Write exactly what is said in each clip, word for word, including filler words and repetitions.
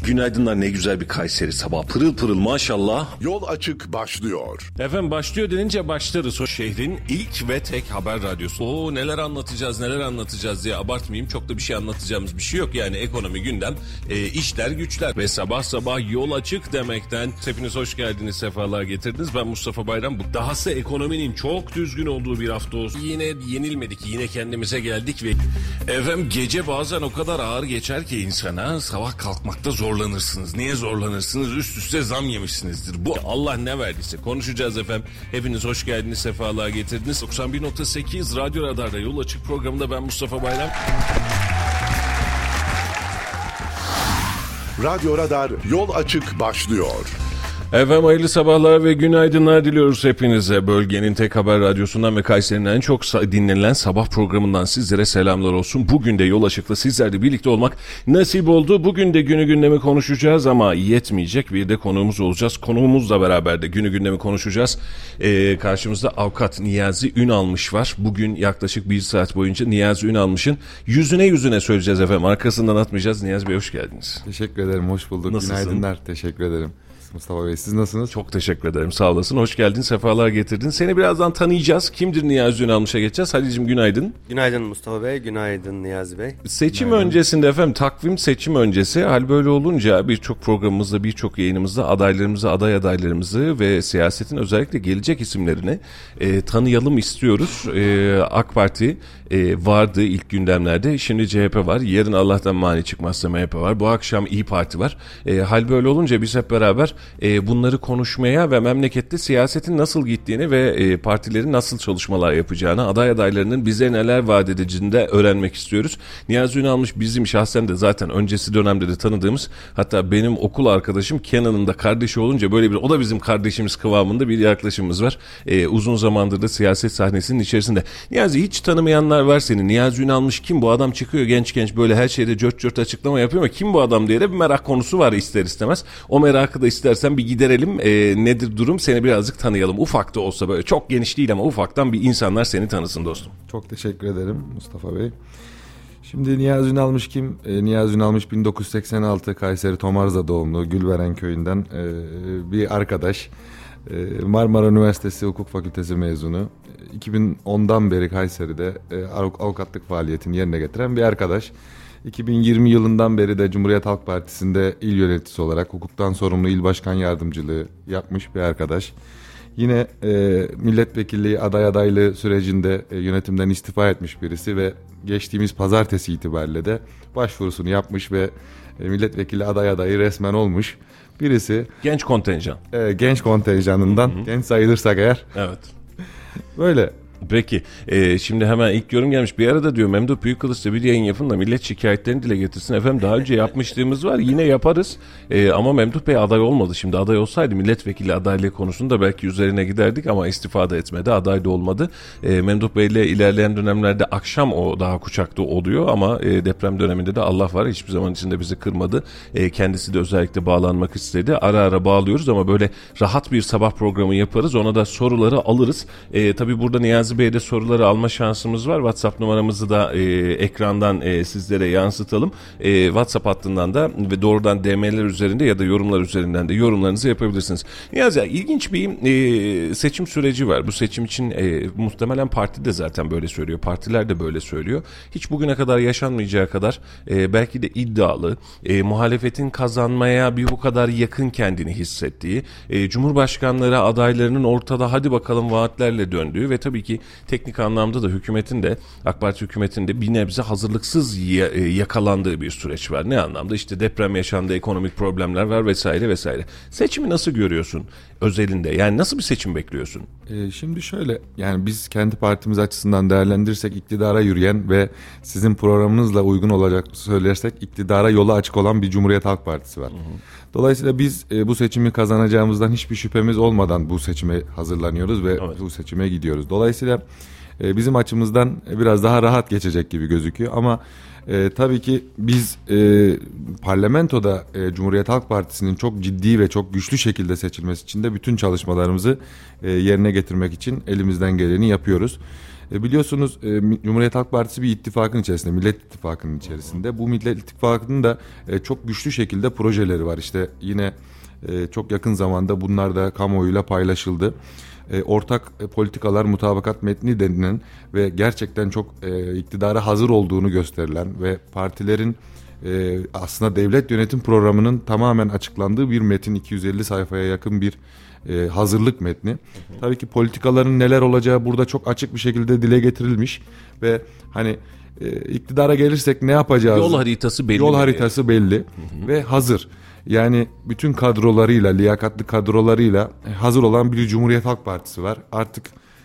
Günaydınlar, ne güzel bir Kayseri sabah. Pırıl pırıl maşallah. Yol açık başlıyor. Efendim başlıyor denince başlarız. O şehrin ilk ve tek haber radyosu. Oo, neler anlatacağız neler anlatacağız diye abartmayayım. Çok da bir şey anlatacağımız bir şey yok. Yani ekonomi, gündem, e, işler güçler. Ve sabah sabah yol açık demekten hepiniz hoş geldiniz, sefalar getirdiniz. Ben Mustafa Bayram. Bu dahası ekonominin çok düzgün olduğu bir hafta olsun. Yine yenilmedik, yine kendimize geldik ve efendim gece bazen o kadar ağır geçer ki insana, sabah kalkmakta zorlanırsınız. Niye zorlanırsınız? Üst üste zam yemişsinizdir. Bu Allah ne verdiyse. Konuşacağız efendim. Hepiniz hoş geldiniz, sefalar getirdiniz. doksan bir nokta sekiz Radyo Radar'da Yol Açık programında ben Mustafa Bayram. Radyo Radar Yol Açık başlıyor. Efendim hayırlı sabahlar ve günaydınlar diliyoruz hepinize. Bölgenin tek haber radyosundan ve Kayseri'nin en çok dinlenilen sabah programından sizlere selamlar olsun. Bugün de Yol Açık'la sizlerle birlikte olmak nasip oldu. Bugün de günü gündemi konuşacağız ama yetmeyecek, bir de konuğumuz olacağız. Konuğumuzla beraber de günü gündemi konuşacağız. Ee, karşımızda avukat Niyazi Ünalmış var. Bugün yaklaşık bir saat boyunca Niyazi Ünalmış'ın yüzüne yüzüne söyleyeceğiz efendim. Arkasından atmayacağız. Niyazi Bey hoş geldiniz. Teşekkür ederim, hoş bulduk. Nasılsın? Günaydınlar, teşekkür ederim. Mustafa Bey siz nasılsınız? Çok teşekkür ederim, sağ olasın. Hoş geldin, sefalar getirdin. Seni birazdan tanıyacağız. Kimdir Niyazi Ünalmış'a geçeceğiz. Halicim günaydın. Günaydın Mustafa Bey, günaydın Niyazi Bey. Seçim Günaydın. öncesinde efendim, takvim seçim öncesi. Hal böyle olunca birçok programımızda, birçok yayınımızda adaylarımızı, aday adaylarımızı ve siyasetin özellikle gelecek isimlerini e, tanıyalım istiyoruz. E, AK Parti e, vardı ilk gündemlerde. Şimdi C H P var. Yarın Allah'tan mani çıkmazsa M H P var. Bu akşam İYİ Parti var. E, hal böyle olunca biz hep beraber e, bunları konuşmaya ve memlekette siyasetin nasıl gittiğini ve e, partilerin nasıl çalışmalar yapacağını, aday adaylarının bize neler vaat edeceğini de öğrenmek istiyoruz. Niyazi Ünalmış bizim şahsen de zaten öncesi dönemde de tanıdığımız, hatta benim okul arkadaşım Kenan'ın da kardeşi olunca böyle bir, o da bizim kardeşimiz kıvamında bir yaklaşımımız var. E, uzun zamandır da siyaset sahnesinin içerisinde. Niyazi, hiç tanımayanlar var seni. Niyazi Ünalmış kim? Bu adam çıkıyor genç genç böyle her şeyde cört cört açıklama yapıyor ama kim bu adam diye de bir merak konusu var ister istemez. O merakı da istersen bir giderelim. E, nedir durum? Seni birazcık tanıyalım. Ufak da olsa, böyle çok geniş değil ama ufaktan bir insanlar seni tanısın dostum. Çok teşekkür ederim Mustafa Bey. Şimdi Niyazi Ünalmış kim? E, Niyazi Ünalmış bin dokuz yüz seksen altı Kayseri Tomarza doğumlu Gülveren köyünden e, bir arkadaş. E, Marmara Üniversitesi Hukuk Fakültesi mezunu. iki bin ondan beri Kayseri'de e, avukatlık faaliyetini yerine getiren bir arkadaş. iki bin yirmi yılından beri de Cumhuriyet Halk Partisi'nde il yöneticisi olarak hukuktan sorumlu il başkan yardımcılığı yapmış bir arkadaş. Yine e, milletvekilliği aday adaylığı sürecinde e, yönetimden istifa etmiş birisi ve geçtiğimiz pazartesi itibariyle de başvurusunu yapmış ve e, milletvekili aday adayı resmen olmuş birisi. Genç kontenjan. E, genç kontenjanından, hı hı. Genç sayılırsak eğer. Evet. Böyle. Peki e, şimdi hemen ilk yorum gelmiş. Bir arada diyor Memduh Büyükkılıç'ta bir yayın yapın da millet şikayetlerini dile getirsin. Efendim daha önce yapmışlığımız var, yine yaparız e, ama Memduh Bey aday olmadı. Şimdi aday olsaydı milletvekili adaylığı konusunda belki üzerine giderdik ama istifade etmedi, aday da olmadı. e, Memduh Bey ile ilerleyen dönemlerde akşam o daha kucakta oluyor ama e, deprem döneminde de Allah var hiçbir zaman içinde bizi kırmadı. E, kendisi de özellikle bağlanmak istedi. Ara ara bağlıyoruz ama böyle rahat bir sabah programı yaparız, ona da soruları alırız. E, tabii burada Niyazi Bey'de soruları alma şansımız var. WhatsApp numaramızı da e, ekrandan e, sizlere yansıtalım. E, WhatsApp hattından da ve doğrudan D M'ler üzerinde ya da yorumlar üzerinden de yorumlarınızı yapabilirsiniz. Niyazi, ilginç bir e, seçim süreci var. Bu seçim için e, muhtemelen parti de zaten böyle söylüyor. Partiler de böyle söylüyor. Hiç bugüne kadar yaşanmayacağı kadar e, belki de iddialı, e, muhalefetin kazanmaya bir bu kadar yakın kendini hissettiği, e, Cumhurbaşkanları adaylarının ortada hadi bakalım vaatlerle döndüğü ve tabii ki teknik anlamda da hükümetin de, AK Parti hükümetinin de bir nebze hazırlıksız yakalandığı bir süreç var. Ne anlamda? İşte deprem yaşandı, ekonomik problemler var vesaire vesaire. Seçimi nasıl görüyorsun özelinde? Yani nasıl bir seçim bekliyorsun? Ee, şimdi şöyle, yani biz kendi partimiz açısından değerlendirirsek iktidara yürüyen ve sizin programınızla uygun olacak söylersek iktidara yolu açık olan bir Cumhuriyet Halk Partisi var. Hı hı. Dolayısıyla biz e, bu seçimi kazanacağımızdan hiçbir şüphemiz olmadan bu seçime hazırlanıyoruz ve evet. bu seçime gidiyoruz. Dolayısıyla e, bizim açımızdan biraz daha rahat geçecek gibi gözüküyor ama e, tabii ki biz e, parlamentoda e, Cumhuriyet Halk Partisi'nin çok ciddi ve çok güçlü şekilde seçilmesi için de bütün çalışmalarımızı e, yerine getirmek için elimizden geleni yapıyoruz. E, biliyorsunuz e, Cumhuriyet Halk Partisi bir ittifakın içerisinde, Millet İttifakı'nın içerisinde. Bu Millet İttifakı'nın da e, çok güçlü şekilde projeleri var. İşte yine e, çok yakın zamanda bunlar da kamuoyuyla paylaşıldı. E, ortak e, politikalar mutabakat metni denilen ve gerçekten çok e, iktidara hazır olduğunu gösterilen ve partilerin e, aslında devlet yönetim programının tamamen açıklandığı bir metin, iki yüz elli sayfaya yakın bir e, hazırlık metni. Hı hı. Tabii ki politikaların neler olacağı burada çok açık bir şekilde dile getirilmiş ve hani e, iktidara gelirsek ne yapacağız? Yol haritası belli. Yol haritası belli hı hı. ve hazır. Yani bütün kadrolarıyla, liyakatli kadrolarıyla hazır olan bir Cumhuriyet Halk Partisi var. Artık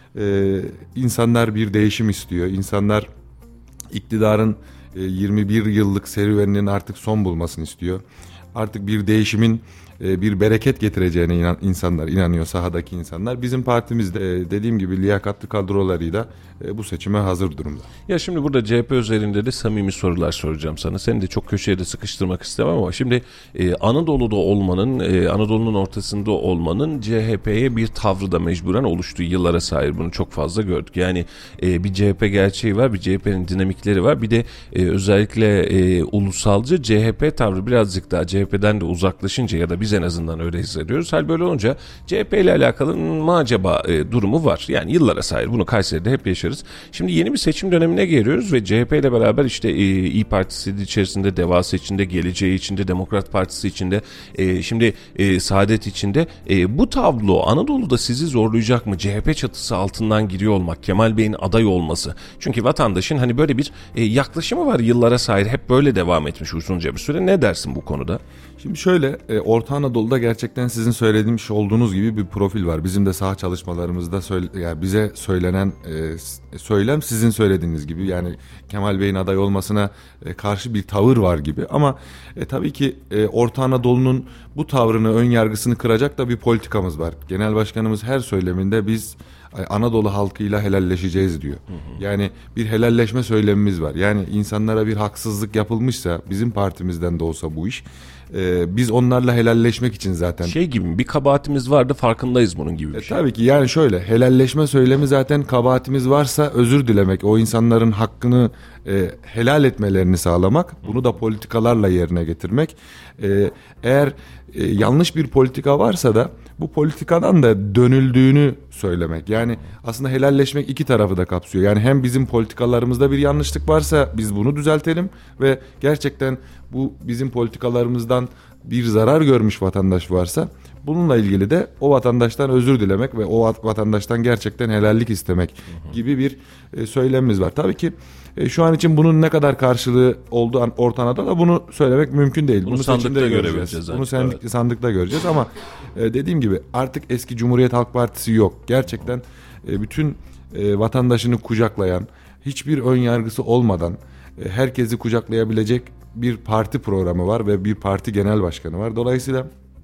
e, insanlar bir değişim istiyor. İnsanlar iktidarın e, yirmi bir yıllık serüveninin artık son bulmasını istiyor. Artık bir değişimin e, bir bereket getireceğine inan, insanlar inanıyor, sahadaki insanlar. Bizim partimiz de e, dediğim gibi liyakatli kadrolarıyla e, bu seçime hazır durumda. Ya şimdi burada C H P üzerinde de samimi sorular soracağım sana. Seni de çok köşeye de sıkıştırmak istemem ama şimdi e, Anadolu'da olmanın, e, Anadolu'nun ortasında olmanın C H P'ye bir tavrı da mecburen oluştu. Yıllara sahip bunu çok fazla gördük. Yani e, bir C H P gerçeği var, bir C H P'nin dinamikleri var. Bir de e, özellikle e, ulusalcı C H P tavrı birazcık daha C H P'den de uzaklaşınca ya da biz en azından öyle hissediyoruz. Hal böyle olunca C H P ile alakalı mı acaba e, durumu var. Yani yıllara sahip bunu Kayseri'de hep yaşarız. Şimdi yeni bir seçim dönemine giriyoruz ve C H P ile beraber işte e, İYİ Partisi içerisinde, Devası içinde, Geleceği içinde, Demokrat Partisi içinde, e, şimdi e, Saadet içinde e, bu tablo Anadolu'da sizi zorlayacak mı? C H P çatısı altından giriyor olmak, Kemal Bey'in aday olması. Çünkü vatandaşın hani böyle bir e, yaklaşımı var yıllara sahip. Hep böyle devam etmiş uzunca bir süre. Ne dersin bu konuda? Şimdi şöyle, e, Orta Anadolu'da gerçekten sizin söylediğiniz olduğunuz gibi bir profil var. Bizim de saha çalışmalarımızda söyle, yani bize söylenen e, söylem sizin söylediğiniz gibi. Yani Kemal Bey'in aday olmasına e, karşı bir tavır var gibi. Ama e, tabii ki e, Orta Anadolu'nun bu tavrını, ön yargısını kıracak da bir politikamız var. Genel Başkanımız her söyleminde biz Anadolu halkıyla helalleşeceğiz diyor. Hı hı. Yani bir helalleşme söylemimiz var. Yani insanlara bir haksızlık yapılmışsa bizim partimizden de olsa bu iş e, biz onlarla helalleşmek için zaten. Şey gibi bir kabahatimiz vardı farkındayız bunun gibi bir e, şey. Tabii ki yani şöyle helalleşme söylemi zaten kabahatimiz varsa özür dilemek, o insanların hakkını e, helal etmelerini sağlamak, bunu da politikalarla yerine getirmek. E, eğer e, yanlış bir politika varsa da bu politikadan da dönüldüğünü söylemek. Yani aslında helalleşmek iki tarafı da kapsıyor. Yani hem bizim politikalarımızda bir yanlışlık varsa biz bunu düzeltelim ve gerçekten bu bizim politikalarımızdan bir zarar görmüş vatandaş varsa bununla ilgili de o vatandaştan özür dilemek ve o vatandaştan gerçekten helallik istemek gibi bir e, söylemimiz var. Tabii ki e, şu an için bunun ne kadar karşılığı olduğu Orta Anadolu'da bunu söylemek mümkün değil. Bunu, bunu sandıkta görebileceğiz. Bunu sandık, evet. sandıkta göreceğiz ama e, dediğim gibi artık eski Cumhuriyet Halk Partisi yok. Gerçekten e, bütün e, vatandaşını kucaklayan, hiçbir ön yargısı olmadan e, herkesi kucaklayabilecek bir parti programı var ve bir parti genel başkanı var. Dolayısıyla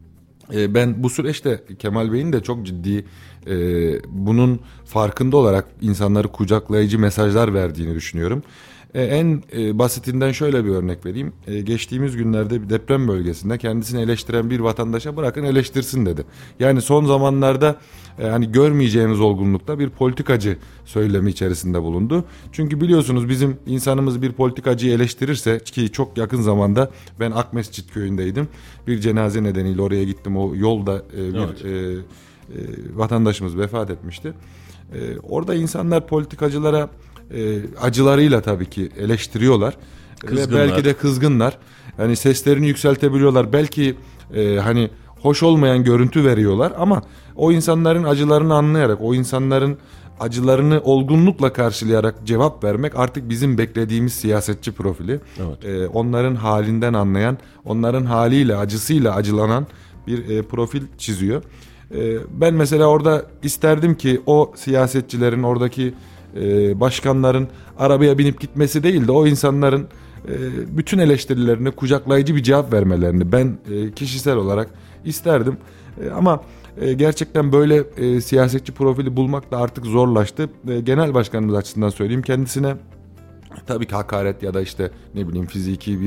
e, ben bu süreçte Kemal Bey'in de çok ciddi e, bunun farkında olarak insanları kucaklayıcı mesajlar verdiğini düşünüyorum. E, en e, basitinden şöyle bir örnek vereyim. E, geçtiğimiz günlerde bir deprem bölgesinde kendisini eleştiren bir vatandaşa bırakın eleştirsin dedi. Yani son zamanlarda e, hani görmeyeceğimiz olgunlukta bir politikacı söylemi içerisinde bulundu. Çünkü biliyorsunuz bizim insanımız bir politikacıyı eleştirirse, ki çok yakın zamanda ben Akmescit köyündeydim. Bir cenaze nedeniyle oraya gittim. O yolda e, bir evet. e, e, vatandaşımız vefat etmişti. E, orada insanlar politikacılara E, acılarıyla tabii ki eleştiriyorlar. Kızgınlar. Ve belki de kızgınlar. Yani seslerini yükseltebiliyorlar. Belki e, hani hoş olmayan görüntü veriyorlar ama o insanların acılarını anlayarak, o insanların acılarını olgunlukla karşılayarak cevap vermek artık bizim beklediğimiz siyasetçi profili. Evet. E, onların halinden anlayan, onların haliyle, acısıyla acılanan bir e, profil çiziyor. E, ben mesela orada isterdim ki o siyasetçilerin, oradaki başkanların arabaya binip gitmesi değil de o insanların bütün eleştirilerine kucaklayıcı bir cevap vermelerini ben kişisel olarak isterdim. Ama gerçekten böyle siyasetçi profili bulmak da artık zorlaştı. Genel başkanımız açısından söyleyeyim, kendisine tabii ki hakaret ya da işte ne bileyim fiziki bir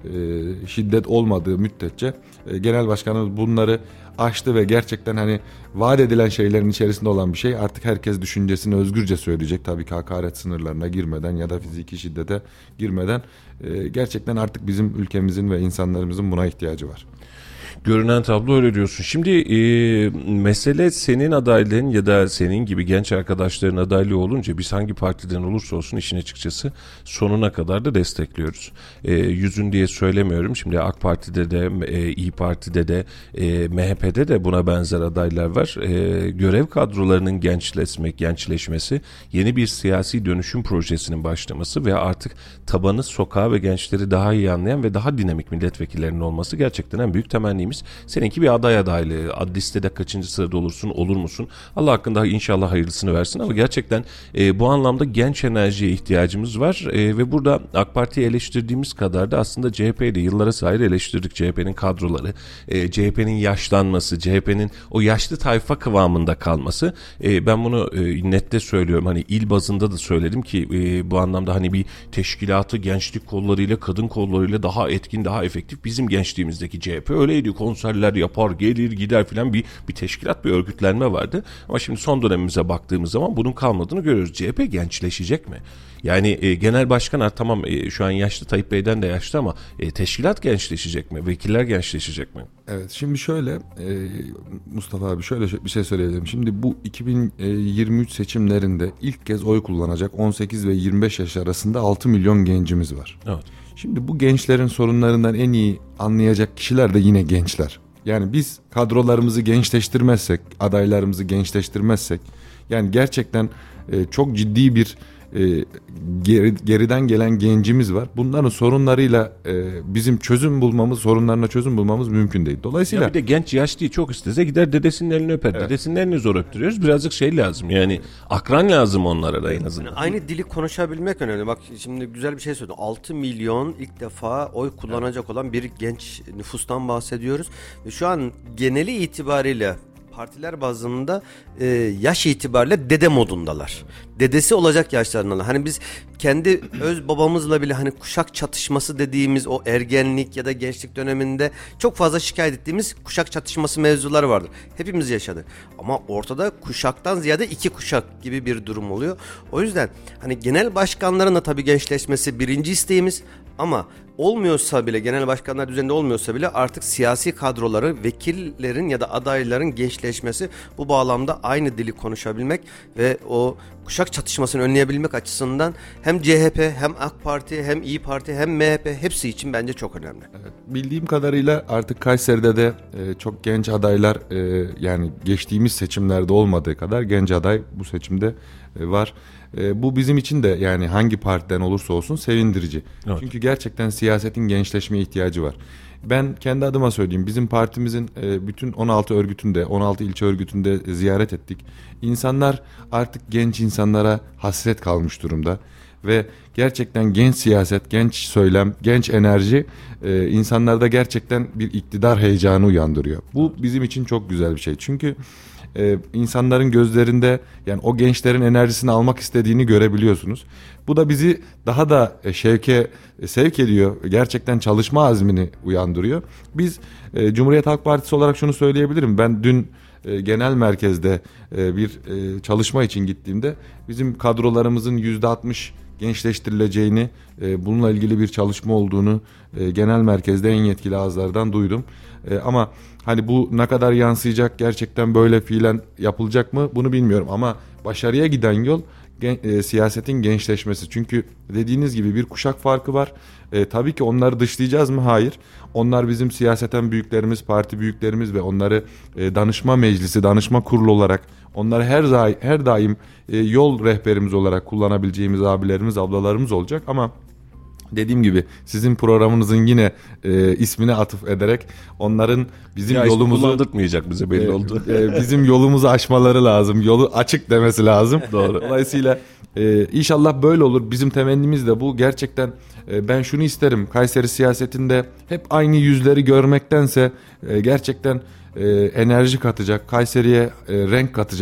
şiddet olmadığı müddetçe e, genel başkanımız bunları aştı ve gerçekten hani vaat edilen şeylerin içerisinde olan bir şey. Artık herkes düşüncesini özgürce söyleyecek. Tabii ki hakaret sınırlarına girmeden ya da fiziki şiddete girmeden. E, gerçekten artık bizim ülkemizin ve insanlarımızın buna ihtiyacı var. Görünen tablo öyle diyorsun. Şimdi e, mesele senin adaylığın ya da senin gibi genç arkadaşların adaylığı olunca biz hangi partiden olursa olsun işin açıkçası sonuna kadar da destekliyoruz. E, yüzün diye söylemiyorum. Şimdi AK Parti'de de, e, İYİ Parti'de de, e, M H P'de de buna benzer adaylar var. E, görev kadrolarının gençleşmek, gençleşmesi, yeni bir siyasi dönüşüm projesinin başlaması ve artık tabanı, sokağı ve gençleri daha iyi anlayan ve daha dinamik milletvekillerinin olması gerçekten en büyük temennimiz. Seninki bir aday adaylığı. Ad listede kaçıncı sırada olursun, olur musun? Allah hakkında inşallah hayırlısını versin ama gerçekten e, bu anlamda genç enerjiye ihtiyacımız var e, ve burada AK Parti'yi eleştirdiğimiz kadar da aslında C H P'yi de yıllara sahip eleştirdik. C H P'nin kadroları, e, C H P'nin yaşlanması, C H P'nin o yaşlı tayfa kıvamında kalması. E, ben bunu e, nette söylüyorum. Hani il bazında da söyledim ki e, bu anlamda hani bir teşkilatı gençlik kollarıyla, kadın kollarıyla daha etkin, daha efektif. Bizim gençliğimizdeki C H P öyleydi. Konserler yapar, gelir gider filan bir bir teşkilat, bir örgütlenme vardı. Ama şimdi son dönemimize baktığımız zaman bunun kalmadığını görüyoruz. C H P gençleşecek mi? Yani e, genel başkan tamam e, şu an yaşlı, Tayyip Bey'den de yaşlı ama e, teşkilat gençleşecek mi? Vekiller gençleşecek mi? Evet, şimdi şöyle e, Mustafa abi şöyle bir şey söyleyelim. Şimdi bu iki bin yirmi üç seçimlerinde ilk kez oy kullanacak on sekiz ve yirmi beş yaş arasında altı milyon gencimiz var. Evet. Şimdi bu gençlerin sorunlarından en iyi anlayacak kişiler de yine gençler. Yani biz kadrolarımızı gençleştirmezsek, adaylarımızı gençleştirmezsek, yani gerçekten e, çok ciddi bir e, geri, geriden gelen gencimiz var. Bunların sorunlarıyla e, bizim çözüm bulmamız, sorunlarına çözüm bulmamız mümkün değil. Dolayısıyla ya bir de genç yaşlı çok istese gider dedesinin elini öper. Evet. Dedesinin elini zor öptürüyoruz. Birazcık şey lazım. Yani akran lazım onlara da en azından. Yani aynı dili konuşabilmek önemli. Bak şimdi güzel bir şey söyledin. altı milyon ilk defa oy kullanacak olan bir genç nüfustan bahsediyoruz. Ve şu an geneli itibariyle partiler bazında e, yaş itibariyle dede modundalar. Dedesi olacak yaşlarındalar. Hani biz kendi öz babamızla bile hani kuşak çatışması dediğimiz o ergenlik ya da gençlik döneminde çok fazla şikayet ettiğimiz kuşak çatışması mevzuları vardır. Hepimiz yaşadık. Ama ortada kuşaktan ziyade iki kuşak gibi bir durum oluyor. O yüzden hani genel başkanların da tabii gençleşmesi birinci isteğimiz ama olmuyorsa bile, genel başkanlar düzeninde olmuyorsa bile artık siyasi kadroları, vekillerin ya da adayların gençleşmesi, bu bağlamda aynı dili konuşabilmek ve o kuşak çatışmasını önleyebilmek açısından hem C H P hem AK Parti hem İYİ Parti hem M H P hepsi için bence çok önemli. Evet, bildiğim kadarıyla artık Kayseri'de de e, çok genç adaylar e, yani geçtiğimiz seçimlerde olmadığı kadar genç aday bu seçimde e, var. E, bu bizim için de yani hangi partiden olursa olsun sevindirici. Evet. Çünkü gerçekten siyasetin gençleşmeye ihtiyacı var. Ben kendi adıma söyleyeyim. Bizim partimizin e, bütün on altı örgütünde, on altı ilçe örgütünde ziyaret ettik. İnsanlar artık genç insanlara hasret kalmış durumda. Ve gerçekten genç siyaset, genç söylem, genç enerji e, insanlarda gerçekten bir iktidar heyecanı uyandırıyor. Bu bizim için çok güzel bir şey. Çünkü e, insanların gözlerinde yani o gençlerin enerjisini almak istediğini görebiliyorsunuz. Bu da bizi daha da e, şevke e, sevk ediyor. Gerçekten çalışma azmini uyandırıyor. Biz e, Cumhuriyet Halk Partisi olarak şunu söyleyebilirim. Ben dün e, genel merkezde e, bir e, çalışma için gittiğimde bizim kadrolarımızın yüzde altmış gençleştirileceğini, e, bununla ilgili bir çalışma olduğunu e, genel merkezde en yetkili ağızlardan duydum. E, ama hani bu ne kadar yansıyacak, gerçekten böyle fiilen yapılacak mı bunu bilmiyorum. Ama başarıya giden yol gen, e, siyasetin gençleşmesi. Çünkü dediğiniz gibi bir kuşak farkı var. E, tabii ki onları dışlayacağız mı? Hayır. Onlar bizim siyaseten büyüklerimiz, parti büyüklerimiz ve onları e, danışma meclisi, danışma kurulu olarak onları her daim, her daim e, yol rehberimiz olarak kullanabileceğimiz abilerimiz, ablalarımız olacak. Ama dediğim gibi sizin programınızın yine e, ismine atıf ederek onların bizim ya yolumuzu kullandırtmayacak bize belli e, oldu. E, bizim yolumuzu aşmaları lazım. Yolu açık demesi lazım. Doğru. Dolayısıyla e, inşallah böyle olur. Bizim temennimiz de bu. Gerçekten e, ben şunu isterim. Kayseri siyasetinde hep aynı yüzleri görmektense e, gerçekten e, enerji katacak, Kayseri'ye e, renk katacak,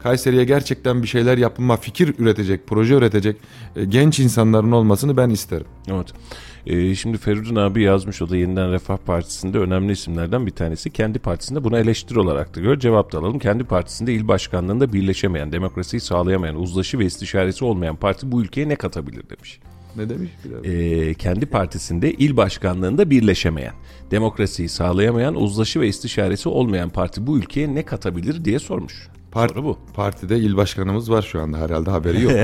Kayseri'ye gerçekten bir şeyler yapılma, fikir üretecek, proje üretecek e, genç insanların olmasını ben isterim. Evet. Ee, şimdi Feridun abi yazmış, o da Yeniden Refah Partisi'nde önemli isimlerden bir tanesi. Kendi partisinde buna eleştiri olarak da gör. Cevap da alalım. Kendi partisinde il başkanlığında birleşemeyen, demokrasiyi sağlayamayan, uzlaşı ve istişaresi olmayan parti bu ülkeye ne katabilir demiş. Ne demiş? Ee, kendi partisinde il başkanlığında birleşemeyen, demokrasiyi sağlayamayan, uzlaşı ve istişaresi olmayan parti bu ülkeye ne katabilir diye sormuş. Part, Soru bu. Partide il başkanımız var şu anda, herhalde haberi yok.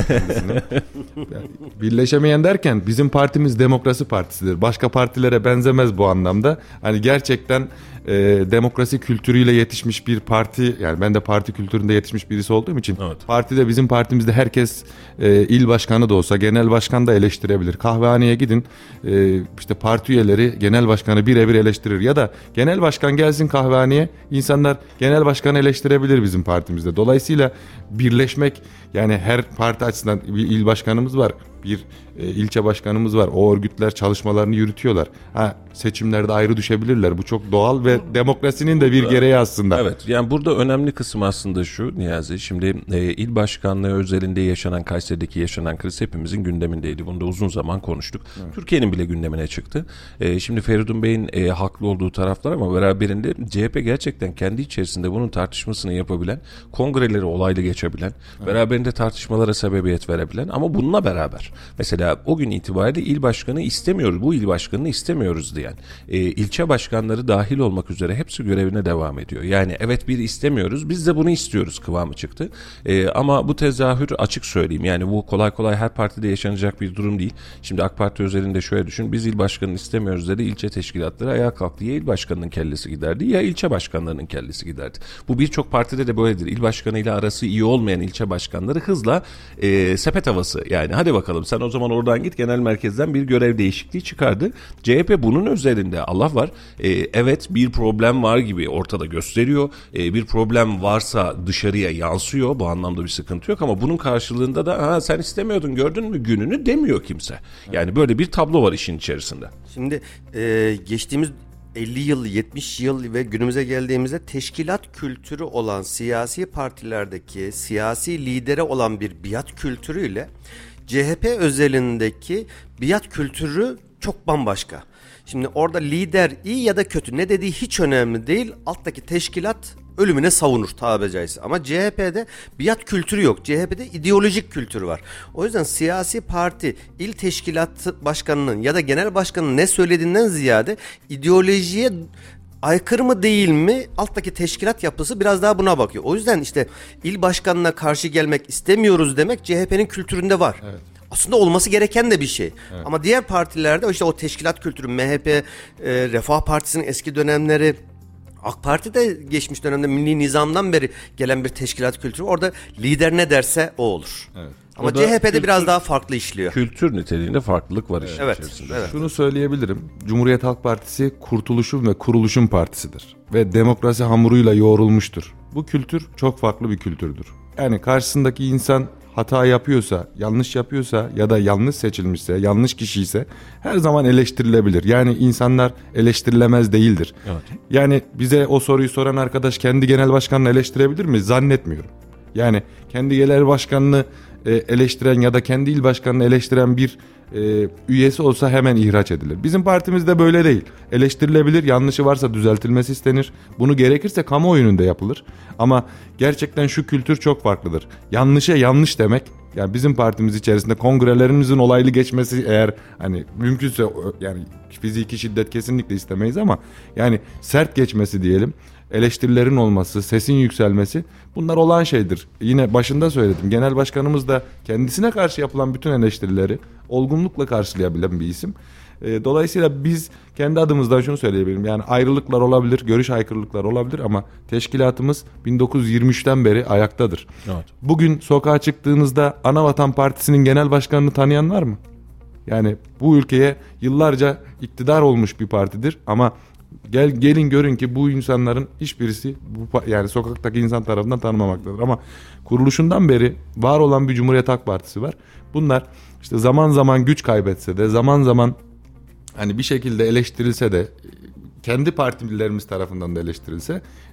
Yani birleşemeyen derken bizim partimiz demokrasi partisidir. Başka partilere benzemez bu anlamda. Hani gerçekten e, demokrasi kültürüyle yetişmiş bir parti. Yani ben de parti kültüründe yetişmiş birisi olduğum için evet. Partide, bizim partimizde herkes e, il başkanı da olsa genel başkan da eleştirebilir. Kahvehaneye gidin, e, işte parti üyeleri genel başkanı birebir eleştirir. Ya da genel başkan gelsin kahvehaneye, insanlar genel başkanı eleştirebilir bizim partimizde. Dolayısıyla birleşmek, yani her parti açısından bir il başkanımız var, bir e, ilçe başkanımız var. O örgütler çalışmalarını yürütüyorlar. Ha, seçimlerde ayrı düşebilirler. Bu çok doğal ve demokrasinin de bir gereği aslında. Evet, yani burada önemli kısım aslında şu Niyazi. Şimdi e, il başkanlığı özelinde yaşanan, Kayseri'deki yaşanan kriz hepimizin gündemindeydi. Bunu da uzun zaman konuştuk. Evet. Türkiye'nin bile gündemine çıktı. E, şimdi Feridun Bey'in e, haklı olduğu taraflar ama beraberinde C H P gerçekten kendi içerisinde bunun tartışmasını yapabilen, kongreleri olaylı geçebilen, evet. beraberinde tartışmalara sebebiyet verebilen ama bununla beraber mesela o gün itibariyle il başkanı istemiyoruz, bu il başkanını istemiyoruz diyen e, ilçe başkanları dahil olmak üzere hepsi görevine devam ediyor. Yani evet, bir istemiyoruz, biz de bunu istiyoruz kıvamı çıktı. E, ama bu tezahür, açık söyleyeyim, yani bu kolay kolay her partide yaşanacak bir durum değil. Şimdi AK Parti özelinde şöyle düşün, biz il başkanını istemiyoruz dedi, ilçe teşkilatları ayağa kalktı. Ya il başkanının kellesi giderdi ya ilçe başkanlarının kellesi giderdi. Bu birçok partide de böyledir. İl başkanıyla arası iyi olmayan ilçe başkanları hızla e, sepet havası, yani hadi bakalım sen o zaman oradan git, genel merkezden bir görev değişikliği çıkardı. C H P bunun özelinde, Allah var, e, evet bir problem var gibi ortada gösteriyor. E, bir problem varsa dışarıya yansıyor. Bu anlamda bir sıkıntı yok ama bunun karşılığında da ha, sen istemiyordun gördün mü gününü demiyor kimse. Yani böyle bir tablo var işin içerisinde. Şimdi e, geçtiğimiz elli yıl, yetmiş yıl ve günümüze geldiğimizde teşkilat kültürü olan siyasi partilerdeki siyasi lidere olan bir biat kültürüyle C H P özelindeki biat kültürü çok bambaşka. Şimdi orada lider iyi ya da kötü, ne dediği hiç önemli değil. Alttaki teşkilat ölümüne savunur tabiri caizse. Ama C H P'de biat kültürü yok. C H P'de ideolojik kültür var. O yüzden siyasi parti il teşkilat başkanının ya da genel başkanının ne söylediğinden ziyade ideolojiye aykırı mı değil mi, alttaki teşkilat yapısı biraz daha buna bakıyor. O yüzden işte il başkanına karşı gelmek istemiyoruz demek C H P'nin kültüründe var. Evet. Aslında olması gereken de bir şey. Evet. Ama diğer partilerde işte o teşkilat kültürü, M H P, e, Refah Partisi'nin eski dönemleri, AK Parti de geçmiş dönemde Milli Nizam'dan beri gelen bir teşkilat kültürü. Orada lider ne derse o olur. Evet. Ama C H P'de kültür, biraz daha farklı işliyor. Kültür niteliğinde farklılık var işin evet. içerisinde. Evet. Şunu söyleyebilirim. Cumhuriyet Halk Partisi kurtuluşun ve kuruluşun partisidir. Ve demokrasi hamuruyla yoğrulmuştur. Bu kültür çok farklı bir kültürdür. Yani karşısındaki insan hata yapıyorsa, yanlış yapıyorsa ya da yanlış seçilmişse, yanlış kişi ise her zaman eleştirilebilir. Yani insanlar eleştirilemez değildir. Evet. Yani bize o soruyu soran arkadaş kendi genel başkanını eleştirebilir mi? Zannetmiyorum. Yani kendi genel başkanını e, eleştiren ya da kendi il başkanını eleştiren bir e, üyesi olsa hemen ihraç edilir. Bizim partimizde böyle değil. Eleştirilebilir, yanlışı varsa düzeltilmesi istenir. Bunu gerekirse kamuoyunda yapılır. Ama gerçekten şu kültür çok farklıdır. Yanlışa yanlış demek, yani bizim partimiz içerisinde kongrelerimizin olaylı geçmesi, eğer hani mümkünse, yani fiziki şiddet kesinlikle istemeyiz ama yani sert geçmesi diyelim, eleştirilerin olması, sesin yükselmesi, bunlar olan şeydir. Yine başında söyledim, genel başkanımız da kendisine karşı yapılan bütün eleştirileri olgunlukla karşılayabilen bir isim. Dolayısıyla biz kendi adımızdan şunu söyleyebilirim, yani ayrılıklar olabilir, görüş aykırılıklar olabilir ama teşkilatımız bin dokuz yüz yirmi üçten beri ayaktadır. Evet. Bugün sokağa çıktığınızda Anavatan Partisi'nin genel başkanını tanıyan var mı? Yani bu ülkeye yıllarca iktidar olmuş bir partidir ama Gel gelin görün ki bu insanların hiçbirisi bu, yani sokaktaki insan tarafından tanımamaktadır. Ama kuruluşundan beri var olan bir Cumhuriyet Halk Partisi var. Bunlar işte zaman zaman güç kaybetse de, zaman zaman hani bir şekilde eleştirilse de, kendi partilerimiz tarafından da eleştirilse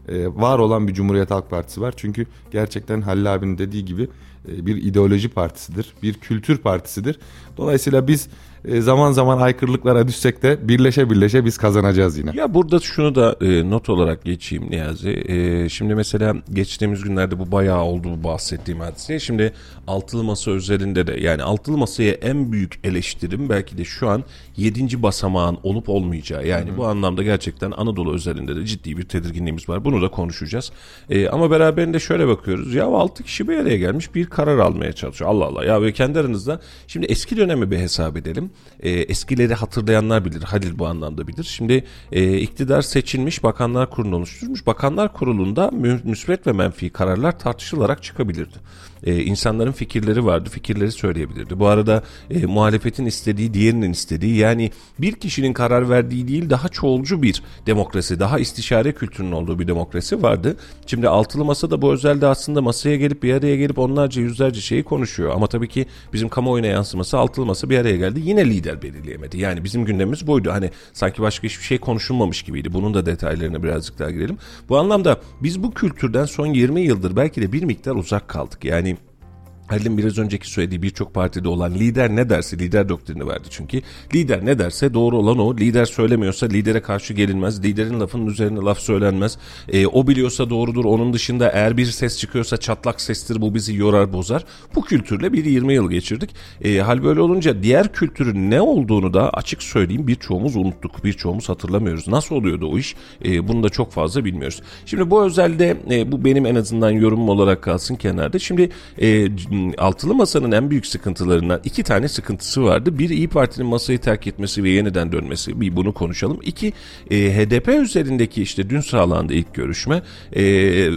e, var olan bir Cumhuriyet Halk Partisi var. Çünkü gerçekten Halil abinin dediği gibi e, bir ideoloji partisidir, bir kültür partisidir. Dolayısıyla biz e, zaman zaman aykırılıklara düşsek de birleşe birleşe biz kazanacağız yine. Ya burada şunu da e, not olarak geçeyim Niyazi. E, şimdi mesela geçtiğimiz günlerde bu bayağı oldu bu bahsettiğim hadise. Şimdi altılı masa üzerinde de, yani altılı masaya en büyük eleştirim belki de şu an yedinci basamağın olup olmayacağı. Yani Hı-hı. bu anlamda gerçekten Anadolu üzerinde de ciddi bir tedirginliğimiz var. Bunu da konuşacağız. E, ama beraberinde şöyle bakıyoruz. Ya altı kişi bir araya gelmiş bir karar almaya çalışıyor. Allah Allah. Ya ve kendi aranızda şimdi eski dönemi bir hesap edelim. E, eskileri hatırlayanlar bilir. Halil bu anlamda bilir. Şimdi e, iktidar seçilmiş, Bakanlar Kurulu'nu oluşturmuş. Bakanlar Kurulu'nda mü, müsbet ve menfi kararlar tartışılarak çıkabilirdi. Ee, insanların fikirleri vardı, fikirleri söyleyebilirdi. Bu arada e, muhalefetin istediği, diğerinin istediği, yani bir kişinin karar verdiği değil, daha çoğulcu bir demokrasi, daha istişare kültürünün olduğu bir demokrasi vardı. Şimdi altılı masa da bu özelde aslında masaya gelip bir araya gelip onlarca yüzlerce şeyi konuşuyor. Ama tabii ki bizim kamuoyuna yansıması altılı masa bir araya geldi, yine lider belirleyemedi. Yani bizim gündemimiz buydu. Hani sanki başka hiçbir şey konuşulmamış gibiydi. Bunun da detaylarına birazcık daha girelim. Bu anlamda biz bu kültürden son yirmi yıldır belki de bir miktar uzak kaldık. Yani Halil'in biraz önceki söylediği birçok partide olan lider ne derse, lider doktrini verdi çünkü. Lider ne derse doğru olan o. Lider söylemiyorsa lidere karşı gelinmez. Liderin lafının üzerine laf söylenmez. E, o biliyorsa doğrudur. Onun dışında eğer bir ses çıkıyorsa çatlak sestir, bu bizi yorar bozar. Bu kültürle bir yirmi yıl geçirdik. E, hal böyle olunca diğer kültürün ne olduğunu da açık söyleyeyim birçoğumuz unuttuk. Birçoğumuz hatırlamıyoruz. Nasıl oluyordu o iş? E, bunu da çok fazla bilmiyoruz. Şimdi bu özelde e, bu benim en azından yorumum olarak kalsın kenarda. Şimdi e, altılı masanın en büyük sıkıntılarından iki tane sıkıntısı vardı. Bir, İYİ Parti'nin masayı terk etmesi ve yeniden dönmesi. Bir bunu konuşalım. İki, e, H D P üzerindeki işte dün sağlandı ilk görüşme. E,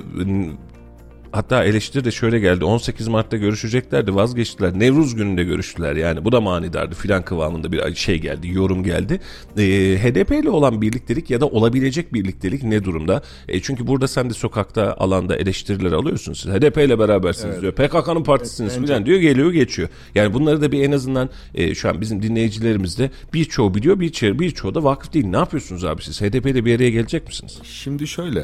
Hatta eleştiri de şöyle geldi. on sekiz Mart'ta görüşeceklerdi, vazgeçtiler. Nevruz gününde görüştüler. Yani bu da manidardı filan kıvamında bir şey geldi, yorum geldi. E, H D P ile olan birliktelik ya da olabilecek birliktelik ne durumda? E, çünkü burada sen de sokakta, alanda eleştiriler alıyorsun. Siz H D P ile berabersiniz evet. diyor. P K K'nın partisiniz evet, filan diyor. Geliyor geçiyor. Yani bunları da bir en azından e, şu an bizim dinleyicilerimiz de birçoğu biliyor, birçoğu, birçoğu da vakıf değil. Ne yapıyorsunuz abi siz? H D P ile bir araya gelecek misiniz? Şimdi şöyle.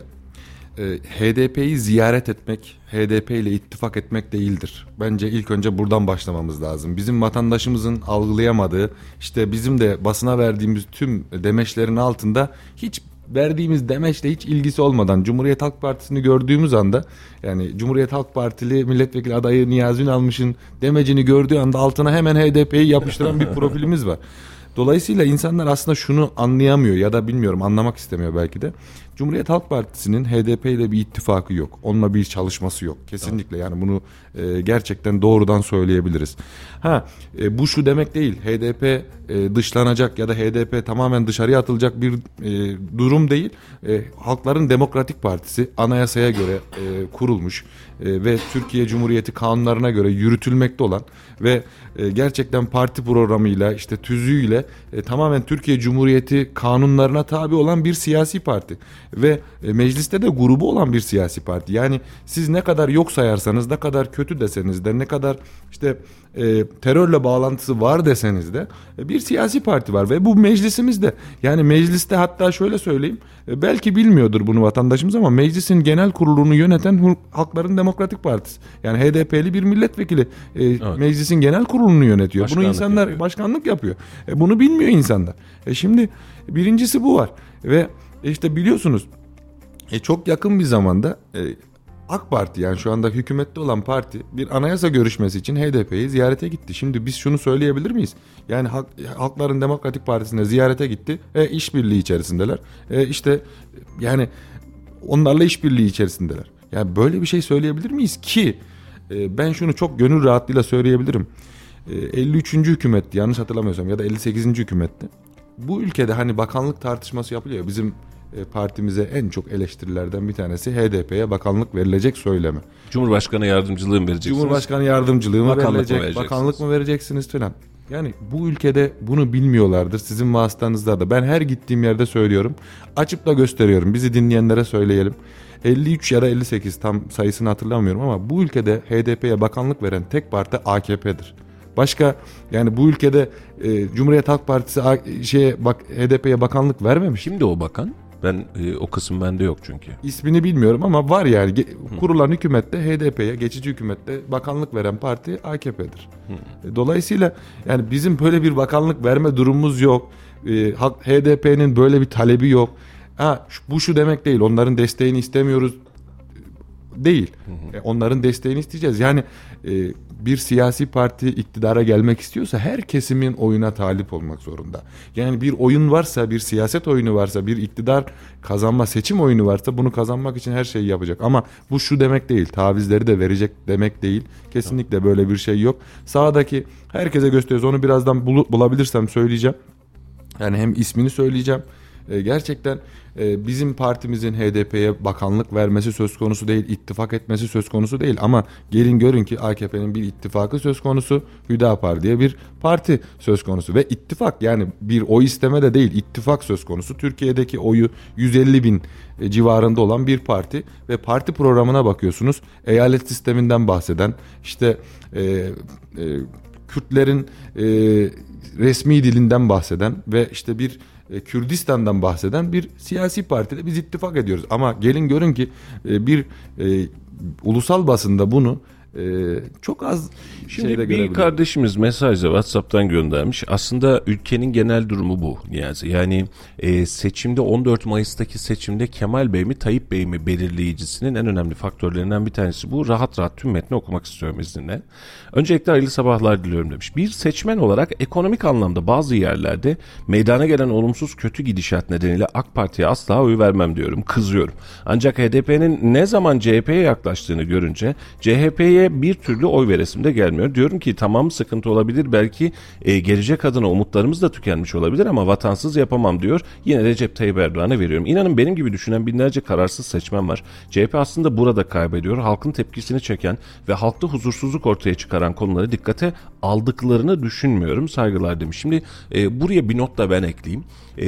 H D P'yi ziyaret etmek, H D P ile ittifak etmek değildir. Bence ilk önce buradan başlamamız lazım. Bizim vatandaşımızın algılayamadığı, işte bizim de basına verdiğimiz tüm demeçlerin altında hiç verdiğimiz demeçle hiç ilgisi olmadan Cumhuriyet Halk Partisi'ni gördüğümüz anda, yani Cumhuriyet Halk Partili milletvekili adayı Niyazi Ünalmış'ın demecini gördüğü anda altına hemen H D P'yi yapıştıran bir profilimiz var. Dolayısıyla insanlar aslında şunu anlayamıyor ya da bilmiyorum anlamak istemiyor belki de. Cumhuriyet Halk Partisi'nin H D P ile bir ittifakı yok. Onunla bir çalışması yok. Kesinlikle yani bunu e, gerçekten doğrudan söyleyebiliriz. Ha e, bu şu demek değil. H D P e, dışlanacak ya da H D P tamamen dışarıya atılacak bir e, durum değil. E, Halkların Demokratik Partisi anayasaya göre e, kurulmuş e, ve Türkiye Cumhuriyeti kanunlarına göre yürütülmekte olan ve e, gerçekten parti programıyla işte tüzüğüyle e, tamamen Türkiye Cumhuriyeti kanunlarına tabi olan bir siyasi parti. Ve e, mecliste de grubu olan bir siyasi parti. Yani siz ne kadar yok sayarsanız, ne kadar kötü deseniz de, ne kadar işte e, terörle bağlantısı var deseniz de e, bir siyasi parti var ve bu meclisimizde. Yani mecliste hatta şöyle söyleyeyim, e, belki bilmiyordur bunu vatandaşımız ama meclisin genel kurulunu yöneten Halkların Demokratik Partisi. Yani H D P'li bir milletvekili e, evet. meclisin genel kurulunu yönetiyor. Başkanlık bunu insanlar yapıyor. Başkanlık yapıyor. E, bunu bilmiyor insanlar. E, şimdi birincisi bu var ve İşte biliyorsunuz e, çok yakın bir zamanda e, AK Parti, yani şu anda hükümette olan parti, bir anayasa görüşmesi için H D P'yi ziyarete gitti. Şimdi biz şunu söyleyebilir miyiz? Yani Halk, Halkların Demokratik Partisi'ne ziyarete gitti. E, işbirliği içerisindeler. E, işte yani onlarla işbirliği içerisindeler. Yani böyle bir şey söyleyebilir miyiz ki? E, ben şunu çok gönül rahatlığıyla söyleyebilirim. E, elli üçüncü hükümetti yanlış hatırlamıyorsam ya da elli sekizinci hükümetti. Bu ülkede hani bakanlık tartışması yapılıyor. Bizim e, partimize en çok eleştirilerden bir tanesi H D P'ye bakanlık verilecek söylemi. Cumhurbaşkanı yardımcılığı mı vereceksiniz? Cumhurbaşkanı yardımcılığı mı bakanlık verilecek? Mı bakanlık mı vereceksiniz falan. Yani bu ülkede bunu bilmiyorlardır. Sizin vasıtanızda da. Ben her gittiğim yerde söylüyorum. Açıp da gösteriyorum. Bizi dinleyenlere söyleyelim. elli üç ya da elli sekiz tam sayısını hatırlamıyorum ama bu ülkede H D P'ye bakanlık veren tek parti A K P'dir. Başka yani bu ülkede e, Cumhuriyet Halk Partisi şeye bak H D P'ye bakanlık vermemiş. Kimdi o bakan? Ben e, o kısım bende yok çünkü. İsmini bilmiyorum ama var yani. Ge- kurulan hükümette H D P'ye, geçici hükümette bakanlık veren parti A K P'dir. Hı. Dolayısıyla yani bizim böyle bir bakanlık verme durumumuz yok. E, H D P'nin böyle bir talebi yok. Ha, bu şu demek değil. Onların desteğini istemiyoruz değil. Hı hı. Onların desteğini isteyeceğiz. Yani e, bir siyasi parti iktidara gelmek istiyorsa her kesimin oyuna talip olmak zorunda. Yani bir oyun varsa, bir siyaset oyunu varsa, bir iktidar kazanma, seçim oyunu varsa bunu kazanmak için her şeyi yapacak. Ama bu şu demek değil. Tavizleri de verecek demek değil. Kesinlikle böyle bir şey yok. Sağdaki herkese gösteriyoruz. Onu birazdan bul- bulabilirsem söyleyeceğim. Yani hem ismini söyleyeceğim. E, gerçekten e, bizim partimizin H D P'ye bakanlık vermesi söz konusu değil, ittifak etmesi söz konusu değil. Ama gelin görün ki A K P'nin bir ittifakı söz konusu, Hüdapar diye bir parti söz konusu. Ve ittifak, yani bir oy isteme de değil, ittifak söz konusu. Türkiye'deki oyu yüz elli bin e, civarında olan bir parti ve parti programına bakıyorsunuz. Eyalet sisteminden bahseden, işte e, e, Kürtlerin e, resmi dilinden bahseden ve işte bir Kürdistan'dan bahseden bir siyasi partide biz ittifak ediyoruz. Ama gelin görün ki bir e, ulusal basında bunu e, çok az Şimdi şeyde bir görebilirim. kardeşimiz mesajla WhatsApp'tan göndermiş. Aslında ülkenin genel durumu bu Niyazi. Yani e, seçimde on dört Mayıs'taki seçimde Kemal Bey mi Tayyip Bey mi belirleyicisinin en önemli faktörlerinden bir tanesi bu. Rahat rahat tüm metni okumak istiyorum izninle. Öncelikle hayırlı sabahlar diliyorum demiş. Bir seçmen olarak ekonomik anlamda bazı yerlerde meydana gelen olumsuz kötü gidişat nedeniyle AK Parti'ye asla oy vermem diyorum. Kızıyorum. Ancak H D P'nin ne zaman C H P'ye yaklaştığını görünce C H P'ye bir türlü oy veresim de gelmiyor. Diyorum ki tamam, sıkıntı olabilir. Belki e, gelecek adına umutlarımız da tükenmiş olabilir ama vatansız yapamam diyor. Yine Recep Tayyip Erdoğan'a veriyorum. İnanın benim gibi düşünen binlerce kararsız seçmen var. C H P aslında burada kaybediyor. Halkın tepkisini çeken ve halkta huzursuzluk ortaya çıkaran konuları dikkate aldıklarını düşünmüyorum. Saygılar demiş. Şimdi e, buraya bir not da ben ekleyeyim.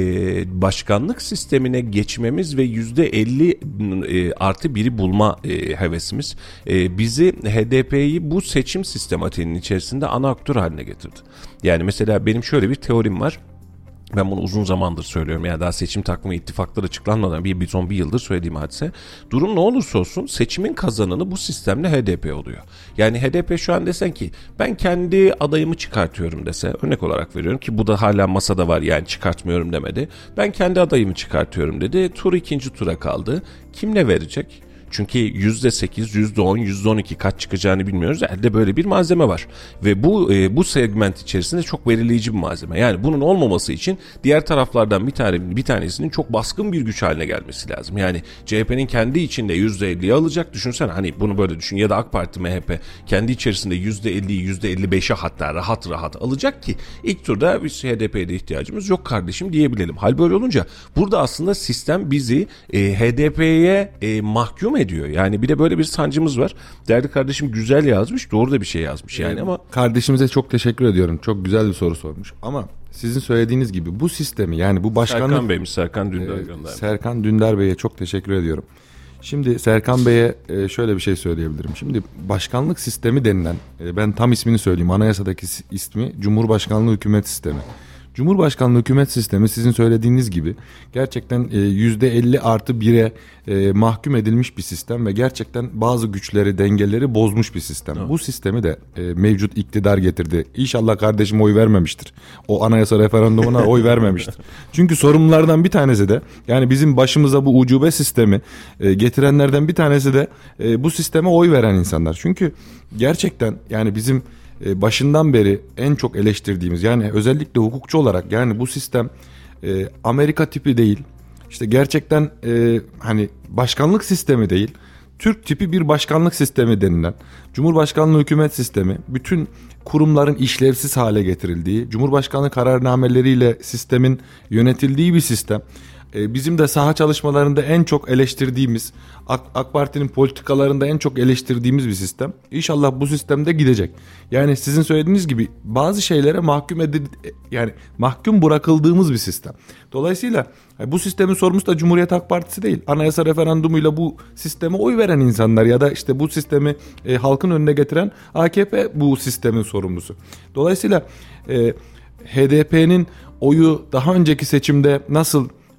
E, başkanlık sistemine geçmemiz ve yüzde elli e, artı biri bulma e, hevesimiz e, bizi H D P'yi bu seçim sistematiğinin içerisinde ana aktör haline getirdi. Yani mesela benim şöyle bir teorim var. Ben bunu uzun zamandır söylüyorum. Yani daha seçim takvimi ittifaklar açıklanmadan bir, bir son bir yıldır söylediğim hadise. Durum ne olursa olsun seçimin kazananı bu sistemle H D P oluyor. Yani H D P şu an desen ki ben kendi adayımı çıkartıyorum dese, örnek olarak veriyorum ki bu da hala masada var, yani çıkartmıyorum demedi. Ben kendi adayımı çıkartıyorum dedi. Tur ikinci tura kaldı. Kim ne verecek? Çünkü yüzde sekiz, yüzde on, yüzde on iki kaç çıkacağını bilmiyoruz. Elde böyle bir malzeme var. Ve bu e, bu segment içerisinde çok belirleyici bir malzeme. Yani bunun olmaması için diğer taraflardan bir tane bir tanesinin çok baskın bir güç haline gelmesi lazım. Yani C H P'nin kendi içinde yüzde elliyi alacak. Düşünsene, hani bunu böyle düşün, ya da AK Parti, M H P kendi içerisinde yüzde elliyi, yüzde elli beşe hatta rahat rahat alacak ki ilk turda biz H D P'ye de ihtiyacımız yok kardeşim diyebilelim. Hal böyle olunca burada aslında sistem bizi e, H D P'ye e, mahkum ediyor. Yani bir de böyle bir sancımız var. Değerli kardeşim güzel yazmış. Doğru da bir şey yazmış yani, ama kardeşimize çok teşekkür ediyorum. Çok güzel bir soru sormuş. Ama sizin söylediğiniz gibi bu sistemi, yani bu başkanlık... Serkan Bey'miş. Serkan Dündar e, göndermiş. Serkan Dündar Bey'e çok teşekkür ediyorum. Şimdi Serkan Bey'e e, şöyle bir şey söyleyebilirim. Şimdi başkanlık sistemi denilen, e, ben tam ismini söyleyeyim. Anayasadaki ismi Cumhurbaşkanlığı Hükümet Sistemi. Cumhurbaşkanlığı hükümet sistemi sizin söylediğiniz gibi gerçekten yüzde elli artı bire e, mahkum edilmiş bir sistem ve gerçekten bazı güçleri, dengeleri bozmuş bir sistem. Evet. Bu sistemi de e, mevcut iktidar getirdi. İnşallah kardeşim oy vermemiştir. O anayasa referandumuna oy vermemiştir. Çünkü sorumlulardan bir tanesi de, yani bizim başımıza bu ucube sistemi e, getirenlerden bir tanesi de e, bu sisteme oy veren insanlar. Çünkü gerçekten yani bizim başından beri en çok eleştirdiğimiz, yani özellikle hukukçu olarak, yani bu sistem e, Amerika tipi değil, işte gerçekten e, hani başkanlık sistemi değil, Türk tipi bir başkanlık sistemi denilen Cumhurbaşkanlığı hükümet sistemi, bütün kurumların işlevsiz hale getirildiği, Cumhurbaşkanlığı kararnameleriyle sistemin yönetildiği bir sistem. Bizim de saha çalışmalarında en çok eleştirdiğimiz, AK, AK Parti'nin politikalarında en çok eleştirdiğimiz bir sistem. İnşallah bu sistemde gidecek. Yani sizin söylediğiniz gibi bazı şeylere mahkum edil, yani mahkum bırakıldığımız bir sistem. Dolayısıyla bu sistemin sorumlusu da Cumhuriyet Halk Partisi değil. Anayasa referandumuyla bu sisteme oy veren insanlar ya da işte bu sistemi e, halkın önüne getiren A K P bu sistemin sorumlusu. Dolayısıyla e, H D P'nin oyu daha önceki seçimde nasıl...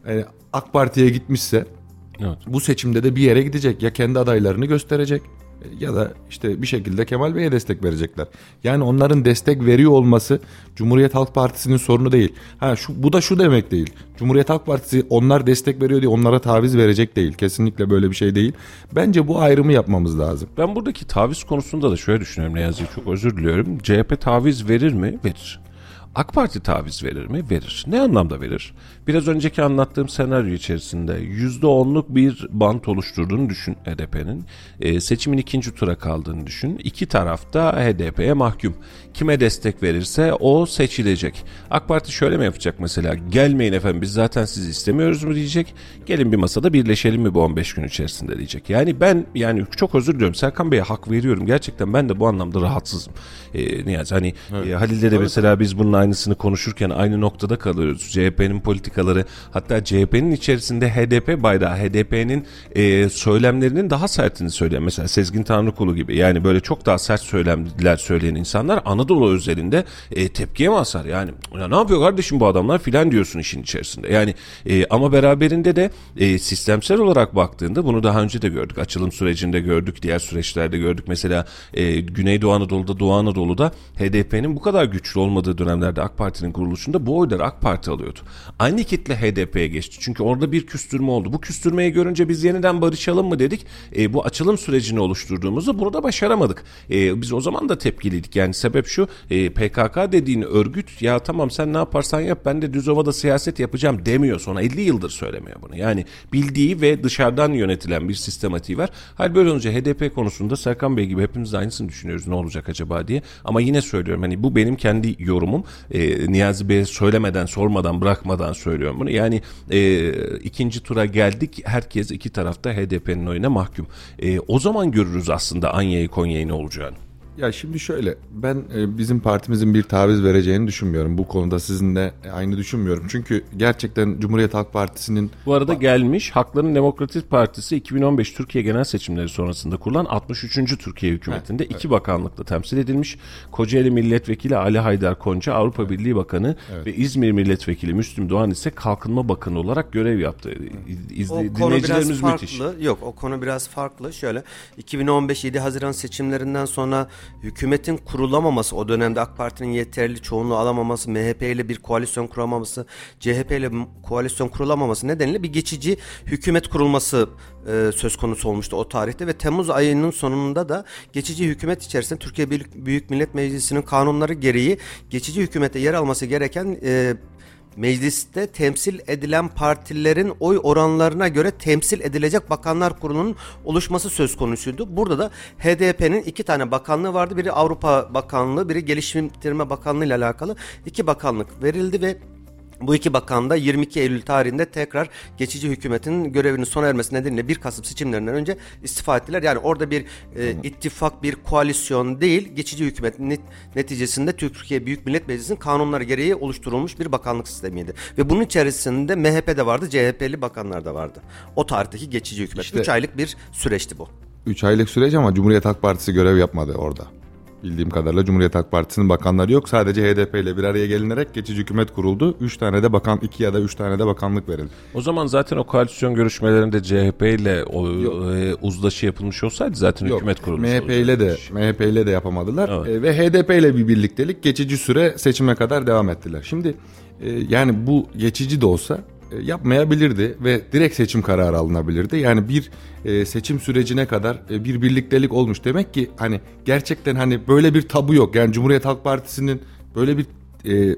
AK Parti'ye gitmişse Evet. bu seçimde de bir yere gidecek. Ya kendi adaylarını gösterecek ya da işte bir şekilde Kemal Bey'e destek verecekler. Yani onların destek veriyor olması Cumhuriyet Halk Partisi'nin sorunu değil. Ha şu bu da şu demek değil. Cumhuriyet Halk Partisi onlar destek veriyor diye onlara taviz verecek değil. Kesinlikle böyle bir şey değil. Bence bu ayrımı yapmamız lazım. Ben buradaki taviz konusunda da şöyle düşünüyorum, ne yazık ki çok özür diliyorum. C H P taviz verir mi? Verir. AK Parti taviz verir mi? Verir. Ne anlamda verir? Biraz önceki anlattığım senaryo içerisinde yüzde onluk bir bant oluşturduğunu düşün H D P'nin. Ee, seçimin ikinci tura kaldığını düşün. İki tarafta H D P'ye mahkum. Kime destek verirse o seçilecek. AK Parti şöyle mi yapacak mesela? Gelmeyin efendim, biz zaten sizi istemiyoruz mu diyecek. Gelin bir masada birleşelim mi bu on beş gün içerisinde diyecek. Yani ben yani çok özür diliyorum. Serkan Bey'e hak veriyorum. Gerçekten ben de bu anlamda rahatsızım. Ee, Niyazi hani evet. e, Halil'de de mesela biz bunun aynısını konuşurken aynı noktada kalıyoruz. C H P'nin politikaları, hatta C H P'nin içerisinde H D P bayrağı, H D P'nin e, söylemlerinin daha sertini söyleyen mesela Sezgin Tanrıkulu gibi, yani böyle çok daha sert söylemler söyleyen insanlar Anadolu özelinde e, tepkiye mazhar. Yani ya ne yapıyor kardeşim bu adamlar filan diyorsun işin içerisinde. Yani e, ama beraberinde de e, sistemsel olarak baktığında bunu daha önce de gördük. Açılım sürecinde gördük, diğer süreçlerde gördük. Mesela e, Güneydoğu Anadolu'da, Doğu Anadolu'da H D P'nin bu kadar güçlü olmadığı dönemlerde AK Parti'nin kuruluşunda bu oyları AK Parti alıyordu. Aynı kitle H D P'ye geçti. Çünkü orada bir küstürme oldu. Bu küstürmeyi görünce biz yeniden barışalım mı dedik. E, bu açılım sürecini oluşturduğumuzda bunu da başaramadık. E, biz o zaman da tepkiliydik. Yani sebep şu, e, P K K dediğin örgüt ya tamam sen ne yaparsan yap ben de Düzova'da siyaset yapacağım demiyor. Sonra elli yıldır söylemiyor bunu. Yani bildiği ve dışarıdan yönetilen bir sistematiği var. Hal böyle olunca H D P konusunda Serkan Bey gibi hepimiz de aynısını düşünüyoruz. Ne olacak acaba diye. Ama yine söylüyorum hani bu benim kendi yorumum. E, Niyazi Bey'e söylemeden, sormadan, bırakmadan söylüyorum bunu. Yani e, ikinci tura geldik. Herkes iki tarafta H D P'nin oyuna mahkum. E, o zaman görürüz aslında Anya'yı Konya'yı ne olacağını. Ya şimdi şöyle, ben e, bizim partimizin bir taviz vereceğini düşünmüyorum. Bu konuda sizinle aynı düşünmüyorum. Çünkü gerçekten Cumhuriyet Halk Partisi'nin... Bu arada gelmiş Hakların Demokratik Partisi iki bin on beş Türkiye Genel Seçimleri sonrasında kurulan altmış üçüncü Türkiye hükümetinde evet, iki evet. bakanlıkla temsil edilmiş. Kocaeli Milletvekili Ali Haydar Konca Avrupa evet. Birliği Bakanı evet. ve İzmir Milletvekili Müslüm Doğan ise Kalkınma Bakanı olarak görev yaptı. İzle, o konu biraz farklı. Müthiş. Yok o konu biraz farklı. Şöyle iki bin on beş yedi Haziran seçimlerinden sonra hükümetin kurulamaması, o dönemde AK Parti'nin yeterli çoğunluğu alamaması, M H P ile bir koalisyon kuramaması, C H P ile koalisyon kurulamaması nedeniyle bir geçici hükümet kurulması e, söz konusu olmuştu o tarihte ve Temmuz ayının sonunda da geçici hükümet içerisinde Türkiye Büyük Millet Meclisi'nin kanunları gereği geçici hükümete yer alması gereken e, mecliste temsil edilen partilerin oy oranlarına göre temsil edilecek Bakanlar Kurulu'nun oluşması söz konusuydu. Burada da H D P'nin iki tane bakanlığı vardı. Biri Avrupa Bakanlığı, biri Geliştirme Bakanlığı ile alakalı iki bakanlık verildi ve bu iki bakan da yirmi iki Eylül tarihinde tekrar geçici hükümetin görevinin sona ermesi nedeniyle bir Kasım seçimlerinden önce istifa ettiler. Yani orada bir e, ittifak, bir koalisyon değil, geçici hükümet net, neticesinde Türkiye Büyük Millet Meclisi'nin kanunları gereği oluşturulmuş bir bakanlık sistemiydi. Ve bunun içerisinde M H P de vardı, C H P'li bakanlar da vardı. O tarihteki geçici hükümet. üç işte, aylık bir süreçti bu. üç aylık süreç ama Cumhuriyet Halk Partisi görev yapmadı orada. Bildiğim kadarıyla Cumhuriyet Halk Partisi'nin bakanları yok. Sadece H D P ile bir araya gelinerek geçici hükümet kuruldu. üç tane de bakan, iki ya da üç tane de bakanlık verildi. O zaman zaten o koalisyon görüşmelerinde C H P ile o e, uzlaşı yapılmış olsaydı zaten yok, hükümet kurulmuş M H P ile de M H P ile de yapamadılar. Evet. E, ve H D P ile bir birliktelik geçici süre seçime kadar devam ettiler. Şimdi e, yani bu geçici de olsa yapmayabilirdi ve direkt seçim kararı alınabilirdi. Yani bir e, seçim sürecine kadar e, bir birliktelik olmuş. Demek ki hani gerçekten hani böyle bir tabu yok. Yani Cumhuriyet Halk Partisi'nin böyle bir e, e,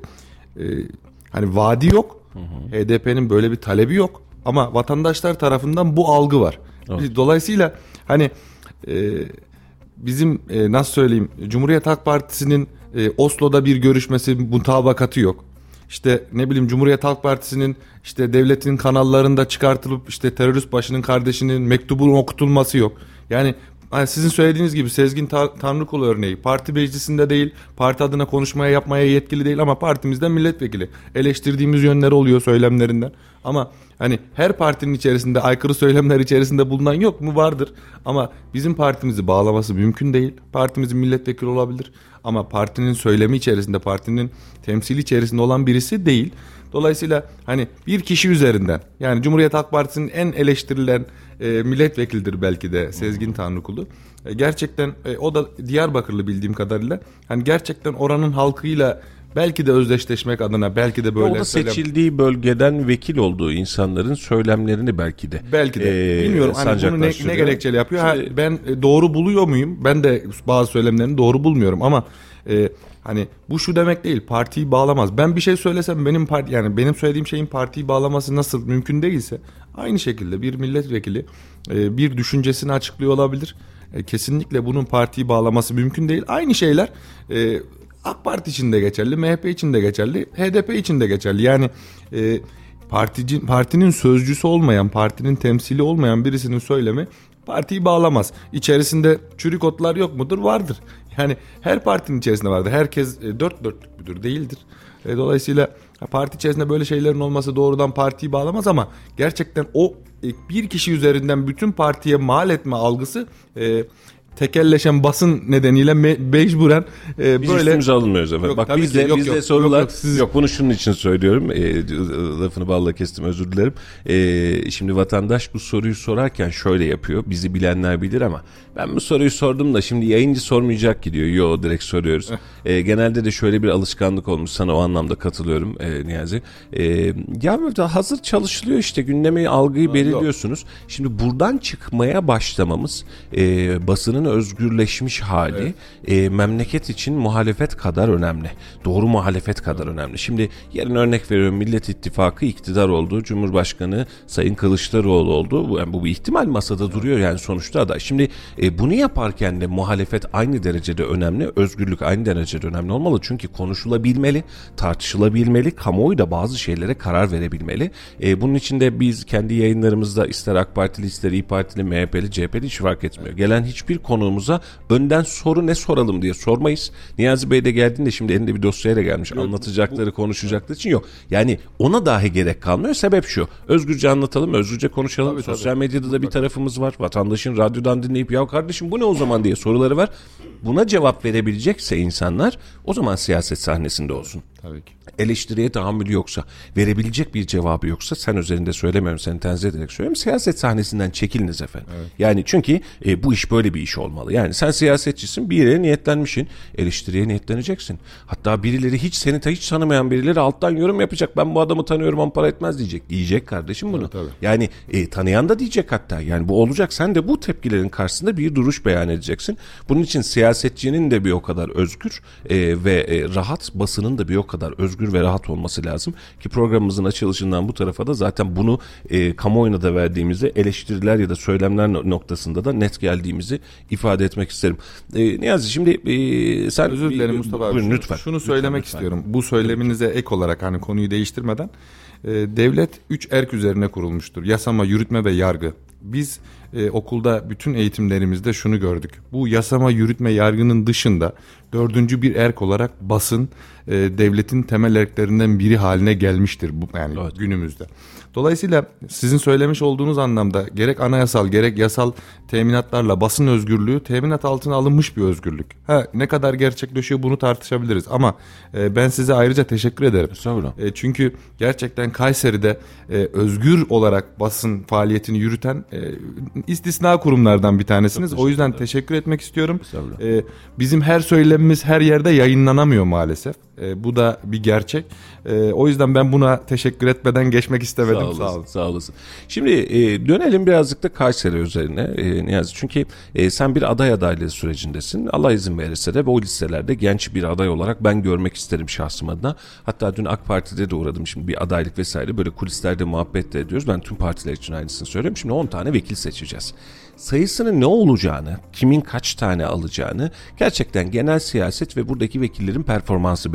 hani vaadi yok. Hı hı. H D P'nin böyle bir talebi yok. Ama vatandaşlar tarafından bu algı var. Evet. Dolayısıyla hani e, bizim e, nasıl söyleyeyim, Cumhuriyet Halk Partisi'nin e, Oslo'da bir görüşmesi, mutabakatı yok. İşte ne bileyim Cumhuriyet Halk Partisi'nin işte devletin kanallarında çıkartılıp işte terörist başının kardeşinin mektubunun okutulması yok. Yani hani sizin söylediğiniz gibi Sezgin Tanrıkulu örneği, parti meclisinde değil, parti adına konuşmaya yapmaya yetkili değil ama partimizden milletvekili. Eleştirdiğimiz yönleri oluyor söylemlerinden. Ama hani her partinin içerisinde aykırı söylemler içerisinde bulunan yok mu? Vardır. Ama bizim partimizi bağlaması mümkün değil. Partimizin milletvekili olabilir. Ama partinin söylemi içerisinde, partinin temsili içerisinde olan birisi değil. Dolayısıyla hani bir kişi üzerinden, yani Cumhuriyet Halk Partisi'nin en eleştirilen e, milletvekilidir belki de Sezgin Tanrıkulu. E, gerçekten e, o da Diyarbakırlı bildiğim kadarıyla. Hani gerçekten oranın halkıyla belki de özdeşleşmek adına, belki de böyle Orada söylem... seçildiği bölgeden vekil olduğu insanların söylemlerini belki de belki de e, bilmiyorum hani bunu ne, ne gerekçeyle yapıyor. Şimdi... Ha, ben doğru buluyor muyum? Ben de bazı söylemlerini doğru bulmuyorum ama e, hani bu şu demek değil, partiyi bağlamaz. Ben bir şey söylesem benim parti, yani benim söylediğim şeyin partiyi bağlaması nasıl mümkün değilse, aynı şekilde bir milletvekili e, bir düşüncesini açıklıyor olabilir. E, kesinlikle bunun partiyi bağlaması mümkün değil. Aynı şeyler e, AK Parti için de geçerli, M H P için de geçerli, H D P için de geçerli. Yani e, partici, partinin sözcüsü olmayan, partinin temsili olmayan birisinin söylemi partiyi bağlamaz. İçerisinde çürük otlar yok mudur? Vardır. Yani her partinin içerisinde vardır. Herkes e, dört dörtlük müdür? Değildir. E, dolayısıyla parti içerisinde böyle şeylerin olması doğrudan partiyi bağlamaz ama gerçekten o e, bir kişi üzerinden bütün partiye mal etme algısı e, tekelleşen basın nedeniyle me- mecburen e, biz böyle... Biz üstümüze alınmıyoruz efendim. Yok, bak bizde, yok, bizde yok, sorular... Yok, yok, siz... yok bunu şunun için söylüyorum. E, lafını balla kestim, özür dilerim. E, şimdi vatandaş bu soruyu sorarken şöyle yapıyor. Bizi bilenler bilir ama ben bu soruyu sordum da şimdi yayıncı sormayacak ki diyor. Yo, direkt soruyoruz. e, genelde de şöyle bir alışkanlık olmuş. Sana o anlamda katılıyorum e, Niyazi. E, ya böyle hazır çalışılıyor işte. Gündemi, algıyı ha, belirliyorsunuz. Yok. Şimdi buradan çıkmaya başlamamız e, basının özgürleşmiş hali evet. e, memleket için muhalefet kadar önemli. Doğru muhalefet kadar evet. önemli. Şimdi yarın örnek veriyorum, Millet İttifakı iktidar oldu. Cumhurbaşkanı Sayın Kılıçdaroğlu oldu. Bu, yani bu bir ihtimal masada evet. duruyor yani sonuçta aday. Şimdi e, bunu yaparken de muhalefet aynı derecede önemli. Özgürlük aynı derecede önemli olmalı. Çünkü konuşulabilmeli, tartışılabilmeli. Kamuoyu da bazı şeylere karar verebilmeli. E, bunun için de biz kendi yayınlarımızda ister AK Partili, ister İYİ Partili, M H P'li, C H P'li hiç fark etmiyor. Evet. Gelen hiçbir konuğumuza önden soru ne soralım diye sormayız. Niyazi Bey de geldiğinde şimdi elinde bir dosyayla gelmiş. Yok, anlatacakları, bu, konuşacakları için yok. Yani ona dahi gerek kalmıyor. Sebep şu. Özgürce anlatalım, özgürce konuşalım. Tabii, Sosyal tabii. medyada da bir tarafımız var. Vatandaşın radyodan dinleyip ya kardeşim bu ne o zaman diye soruları var. Buna cevap verebilecekse insanlar o zaman siyaset sahnesinde olsun. Tabii ki. Eleştiriye tahammülü yoksa, verebilecek bir cevabı yoksa, sen üzerinde söylemiyorum, seni tenzih ederek söylüyorum, siyaset sahnesinden çekiliniz efendim. Evet. Yani çünkü e, bu iş böyle bir iş olmalı. Yani sen siyasetçisin, bir yere niyetlenmişsin, eleştiriye niyetleneceksin. Hatta birileri hiç seni hiç tanımayan birileri alttan yorum yapacak. Ben bu adamı tanıyorum, ampara etmez diyecek. Diyecek kardeşim bunu. Evet, tabii. Yani e, tanıyan da diyecek hatta. Yani bu olacak. Sen de bu tepkilerin karşısında bir duruş beyan edeceksin. Bunun için siyasetçinin de bir o kadar özgür e, ve e, rahat, basının da bir o kadar özgür ve rahat olması lazım ki programımızın açılışından bu tarafa da zaten bunu e, kamuoyuna da verdiğimizde eleştiriler ya da söylemler noktasında da net geldiğimizi ifade etmek isterim. E, Niyazi şimdi e, sen özür dilerim Mustafa abi. Şunu, lütfen. Şunu söylemek lütfen, istiyorum. Bu söyleminize ek olarak hani konuyu değiştirmeden e, devlet üç erk üzerine kurulmuştur. Yasama, yürütme ve yargı. Biz e, okulda bütün eğitimlerimizde şunu gördük. Bu yasama, yürütme, yargının dışında dördüncü bir erk olarak basın e, devletin temel erklerinden biri haline gelmiştir bu yani evet. günümüzde. Dolayısıyla sizin söylemiş olduğunuz anlamda gerek anayasal gerek yasal teminatlarla basın özgürlüğü teminat altına alınmış bir özgürlük. Ha, ne kadar gerçekleşiyor bunu tartışabiliriz ama e, ben size ayrıca teşekkür ederim. E, çünkü gerçekten Kayseri'de e, özgür olarak basın faaliyetini yürüten e, istisna kurumlardan bir tanesiniz. O yüzden teşekkür etmek istiyorum. E, bizim her söylemimiz her yerde yayınlanamıyor maalesef. E, bu da bir gerçek. E, o yüzden ben buna teşekkür etmeden geçmek istemedim. Sağ olasın. Sağ olasın. Sağ olasın. Şimdi e, dönelim birazcık da Kayseri üzerine e, Niyazi. Çünkü e, sen bir aday adaylığı sürecindesin. Allah izin verirse de o listelerde genç bir aday olarak ben görmek isterim şahsım adına. Hatta dün AK Parti'de de uğradım. Şimdi bir adaylık vesaire böyle kulislerde muhabbet de ediyoruz. Ben tüm partiler için aynısını söylüyorum. Şimdi on tane vekil seçeceğiz. Sayısının ne olacağını, kimin kaç tane alacağını gerçekten genel siyaset ve buradaki vekillerin performansı belirleyecek.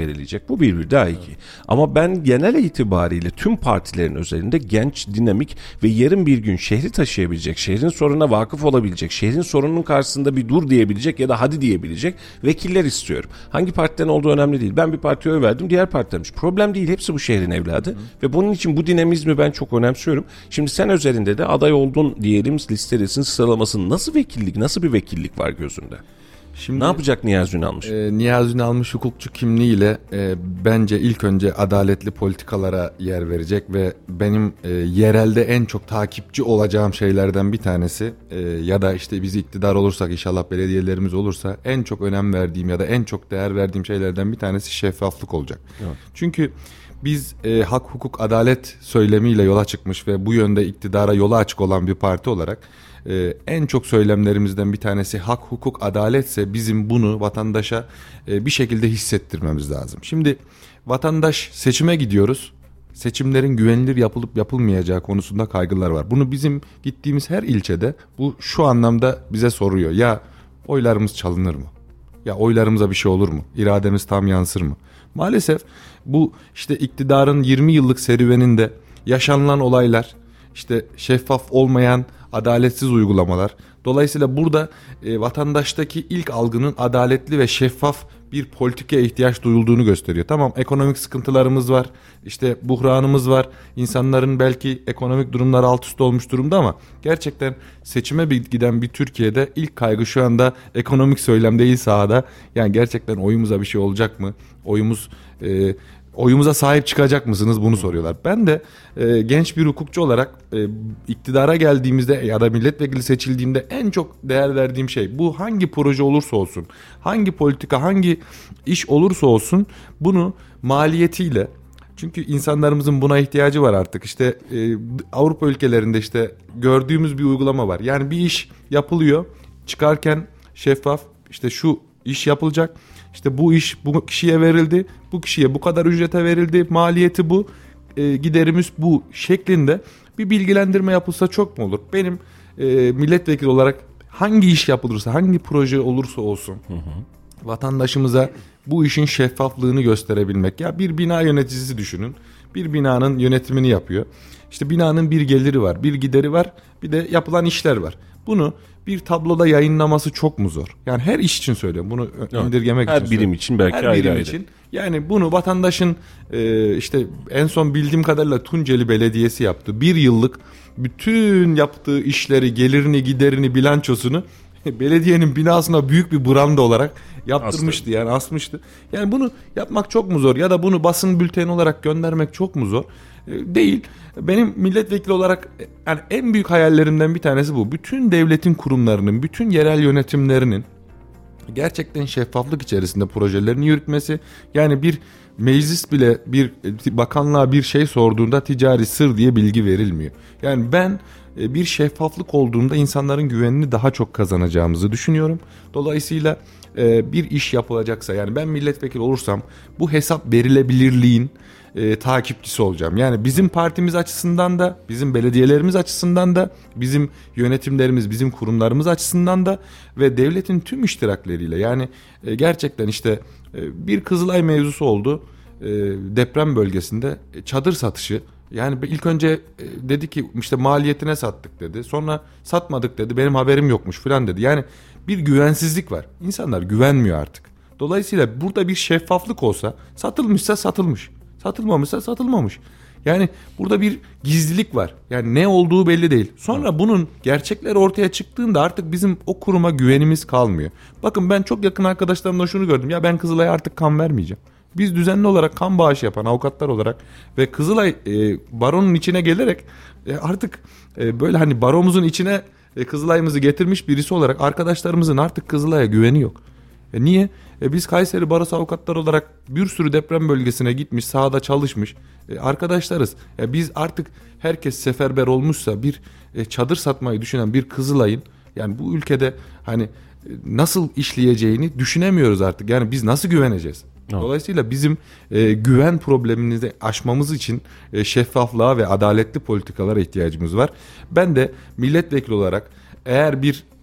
verilecek. Bu bir bir daha iki. Evet. Ama ben genel itibariyle tüm partilerin özelinde genç, dinamik ve yarın bir gün şehri taşıyabilecek, şehrin sorununa vakıf olabilecek, şehrin sorununun karşısında bir dur diyebilecek ya da hadi diyebilecek vekiller istiyorum. Hangi partiden olduğu önemli değil. Ben bir partiye oy verdim, diğer parti demiş. Problem değil, hepsi bu şehrin evladı. Hı. Ve bunun için bu dinamizmi ben çok önemsiyorum. Şimdi sen özelinde de aday oldun diyelim, listelesin sıralamasının nasıl vekillik, nasıl bir vekillik var gözünde? Şimdi, ne yapacak Niyazi Ünalmış? E, Niyazi Ünalmış hukukçu kimliğiyle e, bence ilk önce adaletli politikalara yer verecek ve benim e, yerelde en çok takipçi olacağım şeylerden bir tanesi e, ya da işte biz iktidar olursak, inşallah belediyelerimiz olursa, en çok önem verdiğim ya da en çok değer verdiğim şeylerden bir tanesi şeffaflık olacak. Evet. Çünkü biz e, hak, hukuk, adalet söylemiyle yola çıkmış ve bu yönde iktidara yolu açık olan bir parti olarak Ee, en çok söylemlerimizden bir tanesi hak, hukuk, adaletse bizim bunu vatandaşa e, bir şekilde hissettirmemiz lazım. Şimdi vatandaş, seçime gidiyoruz. Seçimlerin güvenilir yapılıp yapılmayacağı konusunda kaygılar var. Bunu bizim gittiğimiz her ilçede bu şu anlamda bize soruyor. Ya oylarımız çalınır mı? Ya oylarımıza bir şey olur mu? İrademiz tam yansır mı? Maalesef bu işte iktidarın yirmi yıllık serüveninde yaşanılan olaylar, işte şeffaf olmayan adaletsiz uygulamalar. Dolayısıyla burada e, vatandaştaki ilk algının adaletli ve şeffaf bir politikaya ihtiyaç duyulduğunu gösteriyor. Tamam, ekonomik sıkıntılarımız var, işte buhranımız var, insanların belki ekonomik durumları alt üst olmuş durumda ama gerçekten seçime giden bir Türkiye'de ilk kaygı şu anda ekonomik söylem değil sahada. Yani gerçekten oyumuza bir şey olacak mı? Oyumuz... E, Oyumuza sahip çıkacak mısınız, bunu soruyorlar. Ben de e, genç bir hukukçu olarak e, iktidara geldiğimizde ya da milletvekili seçildiğimde en çok değer verdiğim şey bu: hangi proje olursa olsun, hangi politika, hangi iş olursa olsun bunu maliyetiyle, çünkü insanlarımızın buna ihtiyacı var artık. İşte e, Avrupa ülkelerinde işte gördüğümüz bir uygulama var. Yani bir iş yapılıyor, çıkarken şeffaf, işte şu iş yapılacak. İşte bu iş bu kişiye verildi, bu kişiye bu kadar ücrete verildi, maliyeti bu, e, giderimiz bu şeklinde bir bilgilendirme yapılsa çok mu olur? Benim e, milletvekili olarak hangi iş yapılırsa, hangi proje olursa olsun hı hı. vatandaşımıza bu işin şeffaflığını gösterebilmek. Ya bir bina yöneticisi düşünün, bir binanın yönetimini yapıyor. İşte binanın bir geliri var, bir gideri var, bir de yapılan işler var. Bunu bir tabloda yayınlaması çok mu zor? Yani her iş için söylüyorum. Bunu evet, indirgemek her için birim için belki her ayrı birim ayrı. için. Yani bunu vatandaşın e, işte en son bildiğim kadarıyla Tunceli Belediyesi yaptı. Bir yıllık bütün yaptığı işleri, gelirini, giderini, bilançosunu belediyenin binasına büyük bir branda olarak yaptırmıştı. Aslında. Yani asmıştı. Yani bunu yapmak çok mu zor? Ya da bunu basın bülteni olarak göndermek çok mu zor? E, değil. Benim milletvekili olarak yani en büyük hayallerimden bir tanesi bu. Bütün devletin kurumlarının, bütün yerel yönetimlerinin gerçekten şeffaflık içerisinde projelerini yürütmesi. Yani bir meclis bile bir bakanlığa bir şey sorduğunda ticari sır diye bilgi verilmiyor. Yani ben bir şeffaflık olduğunda insanların güvenini daha çok kazanacağımızı düşünüyorum. Dolayısıyla bir iş yapılacaksa, yani ben milletvekili olursam bu hesap verilebilirliğin E, takipçisi olacağım. Yani bizim partimiz açısından da, bizim belediyelerimiz açısından da, bizim yönetimlerimiz, bizim kurumlarımız açısından da ve devletin tüm iştirakleriyle, yani e, gerçekten işte e, bir Kızılay mevzusu oldu e, deprem bölgesinde, e, çadır satışı. Yani ilk önce e, dedi ki işte maliyetine sattık dedi. Sonra satmadık dedi. Benim haberim yokmuş falan dedi. Yani bir güvensizlik var. İnsanlar güvenmiyor artık. Dolayısıyla burada bir şeffaflık olsa, satılmışsa satılmış, satılmamışsa satılmamış. Yani burada bir gizlilik var. Yani ne olduğu belli değil. Sonra evet. bunun gerçekleri ortaya çıktığında artık bizim o kuruma güvenimiz kalmıyor. Bakın ben çok yakın arkadaşlarımla şunu gördüm. Ya ben Kızılay'a artık kan vermeyeceğim. Biz düzenli olarak kan bağışı yapan avukatlar olarak ve Kızılay e, baronun içine gelerek e, artık e, böyle hani baromuzun içine e, Kızılay'ımızı getirmiş birisi olarak arkadaşlarımızın artık Kızılay'a güveni yok. E niye? E biz Kayseri Barosu avukatlar olarak bir sürü deprem bölgesine gitmiş, sahada çalışmış e arkadaşlarız. E biz artık herkes seferber olmuşsa bir e, çadır satmayı düşünen bir Kızılay'ın, yani bu ülkede hani e, nasıl işleyeceğini düşünemiyoruz artık. Yani biz nasıl güveneceğiz? Evet. Dolayısıyla bizim e, güven problemimizi aşmamız için e, şeffaflığa ve adaletli politikalara ihtiyacımız var. Ben de milletvekili olarak eğer bir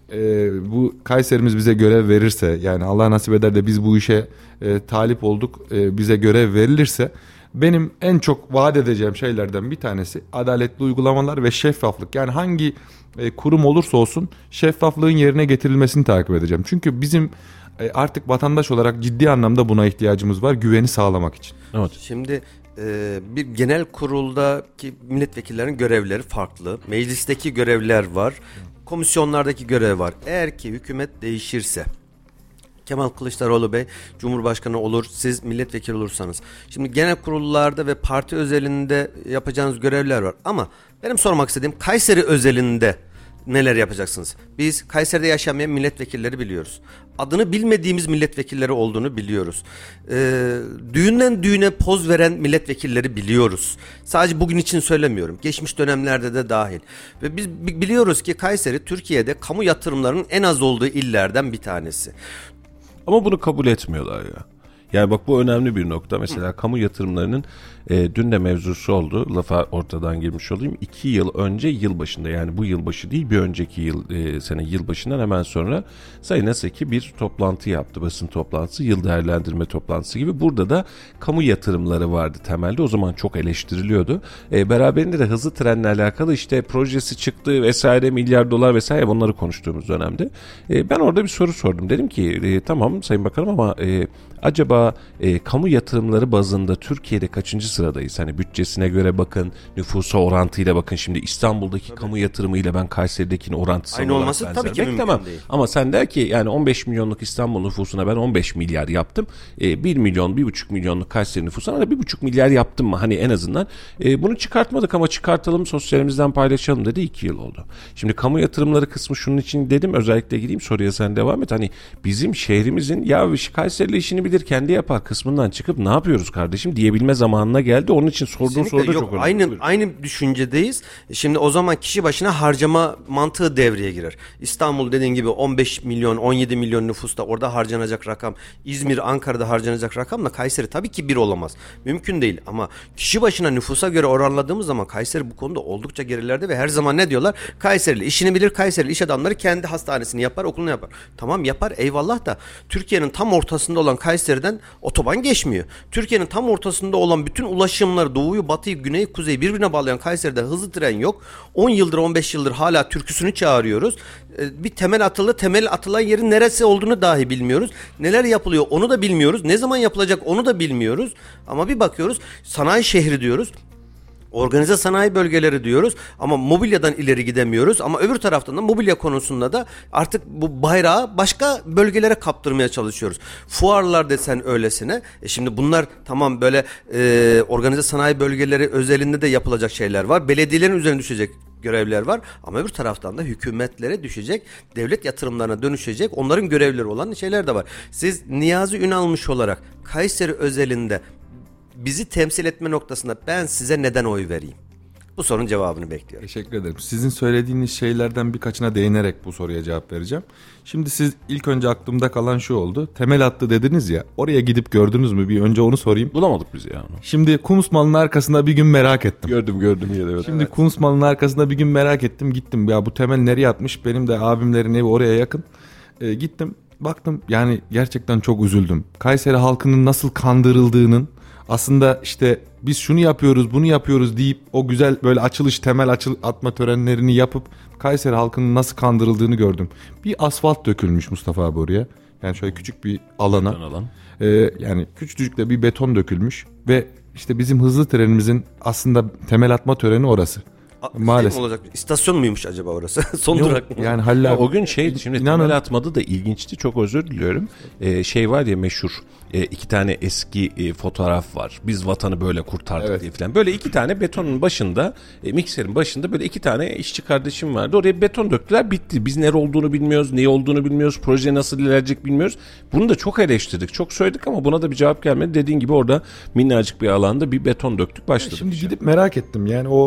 e, bu Kayserimiz bize görev verirse, yani Allah nasip eder de biz bu işe e, talip olduk, e, bize görev verilirse, benim en çok vaat edeceğim şeylerden bir tanesi adaletli uygulamalar ve şeffaflık. Yani hangi e, kurum olursa olsun şeffaflığın yerine getirilmesini takip edeceğim. Çünkü bizim e, artık vatandaş olarak ciddi anlamda buna ihtiyacımız var, güveni sağlamak için. Evet. Şimdi e, bir genel kuruldaki milletvekillerinin görevleri farklı. Meclisteki görevler var. Komisyonlardaki görev var. Eğer ki hükümet değişirse, Kemal Kılıçdaroğlu Bey Cumhurbaşkanı olur, siz milletvekili olursanız. Şimdi genel kurullarda ve parti özelinde yapacağınız görevler var. Ama benim sormak istediğim Kayseri özelinde neler yapacaksınız? Biz Kayseri'de yaşamayan milletvekilleri biliyoruz. Adını bilmediğimiz milletvekilleri olduğunu biliyoruz. Ee, düğünden düğüne poz veren milletvekilleri biliyoruz. Sadece bugün için söylemiyorum. Geçmiş dönemlerde de dahil. Ve biz biliyoruz ki Kayseri Türkiye'de kamu yatırımlarının en az olduğu illerden bir tanesi. Ama bunu kabul etmiyorlar ya. Yani bak, bu önemli bir nokta. Mesela Hı. kamu yatırımlarının e, dün de mevzusu oldu. Lafa ortadan girmiş olayım. İki yıl önce yılbaşında, yani bu yılbaşı değil, bir önceki yıl e, sene yılbaşından hemen sonra Sayın Aseki bir toplantı yaptı. Basın toplantısı, yıl değerlendirme toplantısı gibi. Burada da kamu yatırımları vardı temelde. O zaman çok eleştiriliyordu. E, beraberinde de hızlı trenle alakalı işte projesi çıktı vesaire, milyar dolar vesaire, bunları konuştuğumuz dönemde. E, ben orada bir soru sordum. Dedim ki e, tamam Sayın Bakanım ama e, acaba e, kamu yatırımları bazında Türkiye'de kaçıncı sıradayız? Hani bütçesine göre bakın, nüfusa orantıyla bakın. Şimdi İstanbul'daki Tabii. kamu yatırımıyla ben Kayseri'dekinin orantısını aynı olması tabii ki mümkün beklemem. değil. Ama sen der ki yani on beş milyonluk İstanbul nüfusuna ben on beş milyar yaptım. E, bir milyon, bir buçuk milyonluk Kayseri nüfusuna da bir buçuk milyar yaptım mı? Hani en azından e, bunu çıkartmadık ama çıkartalım, sosyalimizden paylaşalım dedi. iki yıl oldu. Şimdi kamu yatırımları kısmı şunun için dedim, özellikle gireyim soruya, sen devam et. Hani bizim şehrimizin ya Kayseri'li işini bilir kendi yapar kısmından çıkıp ne yapıyoruz kardeşim diyebilme zamanına geldi. Onun için sorduğun soru da çok önemli. Aynı, aynı düşüncedeyiz. Şimdi o zaman kişi başına harcama mantığı devreye girer. İstanbul dediğin gibi on beş milyon, on yedi milyon nüfusta, orada harcanacak rakam, İzmir, Ankara'da harcanacak rakamla Kayseri tabii ki bir olamaz. Mümkün değil ama kişi başına nüfusa göre oranladığımız zaman Kayseri bu konuda oldukça gerilerde ve her zaman ne diyorlar? Kayserili işini bilir, Kayserili iş adamları kendi hastanesini yapar, okulunu yapar. Tamam yapar, eyvallah da Türkiye'nin tam ortasında olan Kayseri'den otoban geçmiyor. Türkiye'nin tam ortasında olan bütün ulaşımları, doğuyu, batıyı, güneyi, kuzeyi birbirine bağlayan Kayseri'de hızlı tren yok. on yıldır, on beş yıldır hala türküsünü çağırıyoruz. Bir temel atıldı, temel atılan yerin neresi olduğunu dahi bilmiyoruz. Neler yapılıyor onu da bilmiyoruz. Ne zaman yapılacak onu da bilmiyoruz. Ama bir bakıyoruz, sanayi şehri diyoruz. Organize sanayi bölgeleri diyoruz ama mobilyadan ileri gidemiyoruz. Ama öbür taraftan da mobilya konusunda da artık bu bayrağı başka bölgelere kaptırmaya çalışıyoruz. Fuarlar desen öylesine. E şimdi bunlar tamam, böyle e, organize sanayi bölgeleri özelinde de yapılacak şeyler var. Belediyelerin üzerine düşecek görevler var. Ama öbür taraftan da hükümetlere düşecek, devlet yatırımlarına dönüşecek, onların görevleri olan şeyler de var. Siz Niyazi Ünalmış olarak Kayseri özelinde bizi temsil etme noktasında ben size neden oy vereyim? Bu sorunun cevabını bekliyorum. Teşekkür ederim. Sizin söylediğiniz şeylerden birkaçına değinerek bu soruya cevap vereceğim. Şimdi siz ilk önce aklımda kalan şu oldu. Temel attı dediniz ya. Oraya gidip gördünüz mü? Bir önce onu sorayım. Bulamadık biz ya. Şimdi Kunstmann'ın arkasında bir gün merak ettim. Gördüm gördüm. Yine, evet. Şimdi evet. Kunstmann'ın arkasında bir gün merak ettim. Gittim. Ya bu temel nereye atmış? Benim de abimlerin evi oraya yakın. E, gittim. Baktım. Yani gerçekten çok üzüldüm. Kayseri halkının nasıl kandırıldığının, aslında işte biz şunu yapıyoruz, bunu yapıyoruz deyip o güzel böyle açılış, temel açıl atma törenlerini yapıp Kayseri halkının nasıl kandırıldığını gördüm. Bir asfalt dökülmüş Mustafa abi oraya. Yani şöyle küçük bir alana. Alan. E, yani küçücük de bir beton dökülmüş ve işte bizim hızlı trenimizin aslında temel atma töreni orası. Maalesef. Şey olacak? İstasyon muymuş acaba orası? Son Yok, durak mı? Yani Halil o gün şeydi, şimdi İnanın, temel atmadı da ilginçti, çok özür diliyorum. Ee, şey var ya meşhur, e, iki tane eski e, fotoğraf var. Biz vatanı böyle kurtardık evet. diye falan. Böyle iki tane betonun başında, e, mikserin başında böyle iki tane işçi kardeşim vardı. Oraya beton döktüler, bitti. Biz nere olduğunu bilmiyoruz, ne olduğunu bilmiyoruz, proje nasıl ilerleyecek bilmiyoruz. Bunu da çok eleştirdik, çok söyledik ama buna da bir cevap gelmedi. Dediğin gibi orada minnacık bir alanda bir beton döktük, başladık. Şimdi gidip merak ettim yani o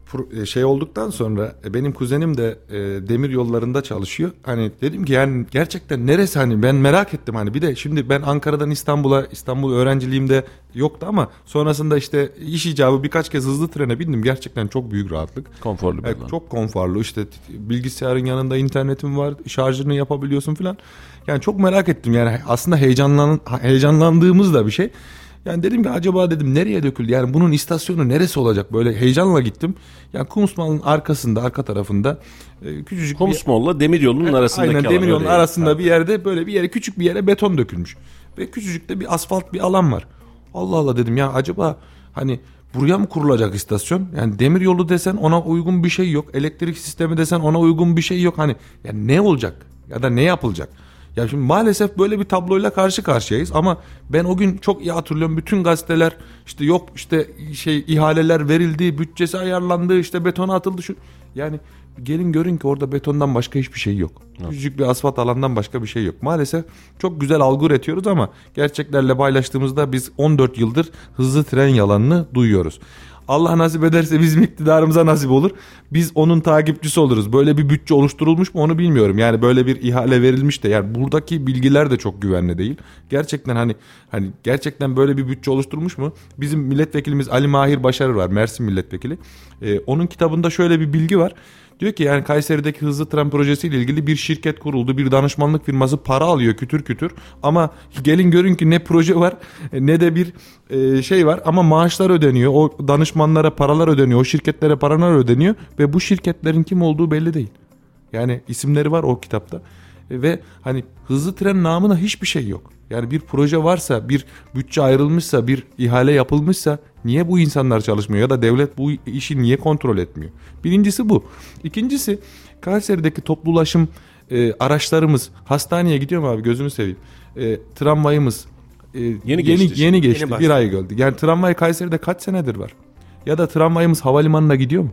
şey olduktan sonra benim kuzenim de e, demir yollarında çalışıyor. Hani dedim ki yani gerçekten neresi, hani ben merak ettim hani. Bir de şimdi ben Ankara'dan İstanbul'a, İstanbul öğrenciliğimde yoktu ama sonrasında işte iş icabı birkaç kez hızlı trene bindim. Gerçekten çok büyük rahatlık. Konforlu bir Evet, alan. çok konforlu. İşte bilgisayarın yanında internetin var, şarjını yapabiliyorsun falan. Yani çok merak ettim yani, aslında heyecanlan heyecanlandığımız da bir şey. Yani dedim ki acaba dedim nereye döküldü? Yani bunun istasyonu neresi olacak? Böyle heyecanla gittim. Yani Kumsmal'ın arkasında, arka tarafında e, küçücük Kumsmal'la demiryolunun bir... arasındaki Aynen, alan. demiryolunun öyle. arasında Tabii. bir yerde, böyle bir yere, küçük bir yere beton dökülmüş. Ve küçücük de bir asfalt bir alan var. Allah Allah dedim ya, acaba hani buraya mı kurulacak istasyon? Yani demiryolu desen ona uygun bir şey yok. Elektrik sistemi desen ona uygun bir şey yok. Hani yani ne olacak? Ya da ne yapılacak? Ya şimdi maalesef böyle bir tabloyla karşı karşıyayız ama ben o gün çok iyi hatırlıyorum, bütün gazeteler işte yok işte şey ihaleler verildi, bütçesi ayarlandı, işte betona atıldı şu. Yani gelin görün ki orada betondan başka hiçbir şey yok. Evet. Küçücük bir asfalt alandan başka bir şey yok. Maalesef çok güzel algı üretiyoruz ama gerçeklerle paylaştığımızda biz on dört yıldır hızlı tren yalanını duyuyoruz. Allah nasip ederse bizim iktidarımıza nasip olur. Biz onun takipçisi oluruz. Böyle bir bütçe oluşturulmuş mu onu bilmiyorum. Yani böyle bir ihale verilmiş de, yani buradaki bilgiler de çok güvenli değil. Gerçekten hani hani gerçekten böyle bir bütçe oluşturulmuş mu? Bizim milletvekilimiz Ali Mahir Başarır var, Mersin milletvekili. Ee, onun kitabında şöyle bir bilgi var. Diyor ki yani Kayseri'deki hızlı tren projesiyle ilgili bir şirket kuruldu. Bir danışmanlık firması para alıyor kütür kütür. Ama gelin görün ki ne proje var ne de bir e, şey var. Ama maaşlar ödeniyor. O danışmanlara paralar ödeniyor. O şirketlere paralar ödeniyor. Ve bu şirketlerin kim olduğu belli değil. Yani isimleri var o kitapta. E, ve hani hızlı tren namına hiçbir şey yok. Yani bir proje varsa, bir bütçe ayrılmışsa, bir ihale yapılmışsa niye bu insanlar çalışmıyor ya da devlet bu işi niye kontrol etmiyor? Birincisi bu. İkincisi, Kayseri'deki toplu ulaşım e, araçlarımız hastaneye gidiyor mu abi, gözünü seveyim. E, tramvayımız e, yeni yeni geçti. Yeni geçti. Yeni bir ay oldu. Yani tramvay Kayseri'de kaç senedir var? Ya da tramvayımız havalimanına gidiyor mu?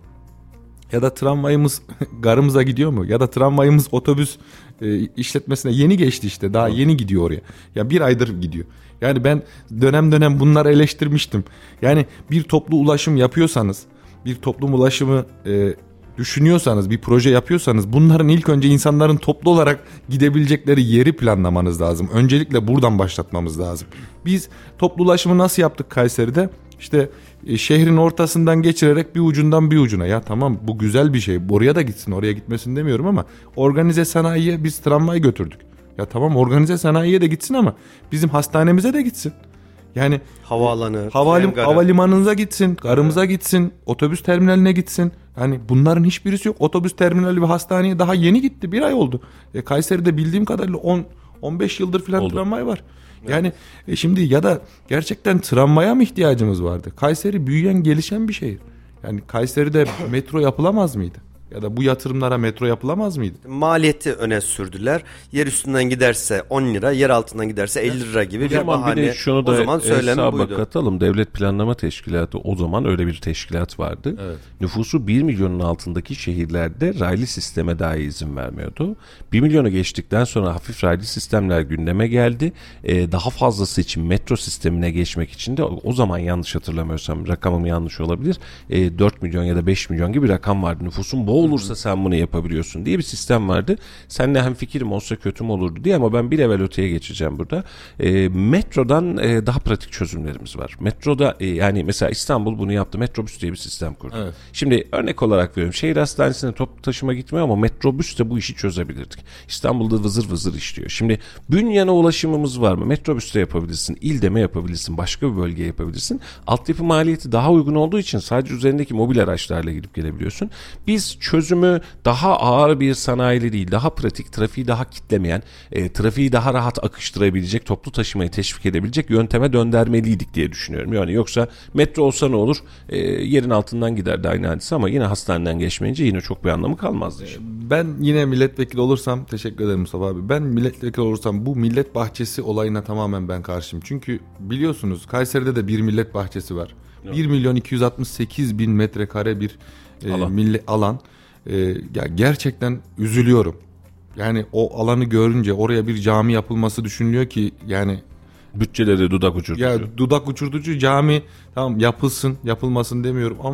Ya da tramvayımız garımıza gidiyor mu? Ya da tramvayımız otobüs e, işletmesine yeni geçti işte. Daha yeni gidiyor oraya. Ya bir aydır gidiyor. Yani ben dönem dönem bunları eleştirmiştim. Yani bir toplu ulaşım yapıyorsanız, bir toplum ulaşımı e, düşünüyorsanız, bir proje yapıyorsanız bunların ilk önce insanların toplu olarak gidebilecekleri yeri planlamanız lazım. Öncelikle buradan başlatmamız lazım. Biz toplu ulaşımı nasıl yaptık Kayseri'de? İşte e, şehrin ortasından geçirerek bir ucundan bir ucuna. Ya tamam, bu güzel bir şey. Oraya da gitsin, oraya gitmesin demiyorum ama organize sanayiye biz tramvay götürdük. Ya tamam, organize sanayiye de gitsin ama bizim hastanemize de gitsin. Yani havaalanı, havalim, garı. havalimanınıza gitsin, garımıza evet. gitsin, otobüs terminaline gitsin. Yani bunların hiçbirisi yok. Otobüs terminali ve hastaneye daha yeni gitti. Bir ay oldu. E, Kayseri'de bildiğim kadarıyla on on beş yıldır falan oldu. Tramvay var. Yani e, şimdi ya da gerçekten tramvaya mı ihtiyacımız vardı? Kayseri büyüyen, gelişen bir şehir. Yani Kayseri'de metro yapılamaz mıydı? Ya da bu yatırımlara metro yapılamaz mıydı? Maliyeti öne sürdüler. Yer üstünden giderse on lira, yer altından giderse elli lira gibi bir Ama bahane. bir de şunu da o zaman söylem hesaba buydu. katalım. Devlet Planlama Teşkilatı, o zaman öyle bir teşkilat vardı. Evet. Nüfusu bir milyonun altındaki şehirlerde raylı sisteme dahi izin vermiyordu. bir milyonu geçtikten sonra hafif raylı sistemler gündeme geldi. Ee, daha fazlası için metro sistemine geçmek için de o zaman, yanlış hatırlamıyorsam, rakamım yanlış olabilir, e, dört milyon ya da beş milyon gibi bir rakam vardı. Nüfusun bol olursa sen bunu yapabiliyorsun diye bir sistem vardı. Seninle hemfikirim, olsa kötü mü olurdu diye, ama ben bir level öteye geçeceğim burada. E, metrodan e, daha pratik çözümlerimiz var. Metroda e, yani mesela İstanbul bunu yaptı. Metrobüs diye bir sistem kurdu. Evet. Şimdi örnek olarak veriyorum. Şehir hastanesine toplu taşıma gitmiyor ama metrobüs de bu işi çözebilirdik. İstanbul'da vızır vızır işliyor. Şimdi bünyene ulaşımımız var mı? Metrobüste yapabilirsin. İldeme yapabilirsin. Başka bir bölgeye yapabilirsin. Altyapı maliyeti daha uygun olduğu için sadece üzerindeki mobil araçlarla gidip gelebiliyorsun. Biz çözümü daha ağır bir sanayiyle değil, daha pratik, trafiği daha kitlemeyen, e, trafiği daha rahat akıştırabilecek, toplu taşımayı teşvik edebilecek yönteme döndürmeliydik diye düşünüyorum. Yani yoksa metro olsa ne olur? E, yerin altından giderdi aynı hadise ama yine hastaneden geçmeyince yine çok bir anlamı kalmazdı. Ben yine milletvekili olursam, teşekkür ederim Mustafa abi. Ben milletvekili olursam bu millet bahçesi olayına tamamen ben karşıyım. Çünkü biliyorsunuz Kayseri'de de bir millet bahçesi var. Evet. bir milyon iki yüz altmış sekiz bin metrekare bir e, alan. Millet, alan. E, ya gerçekten üzülüyorum. Yani o alanı görünce oraya bir cami yapılması düşünülüyor ki yani bütçeleri dudak uçurtucu. Ya dudak uçurtucu cami tamam yapılsın, yapılmasın demiyorum ama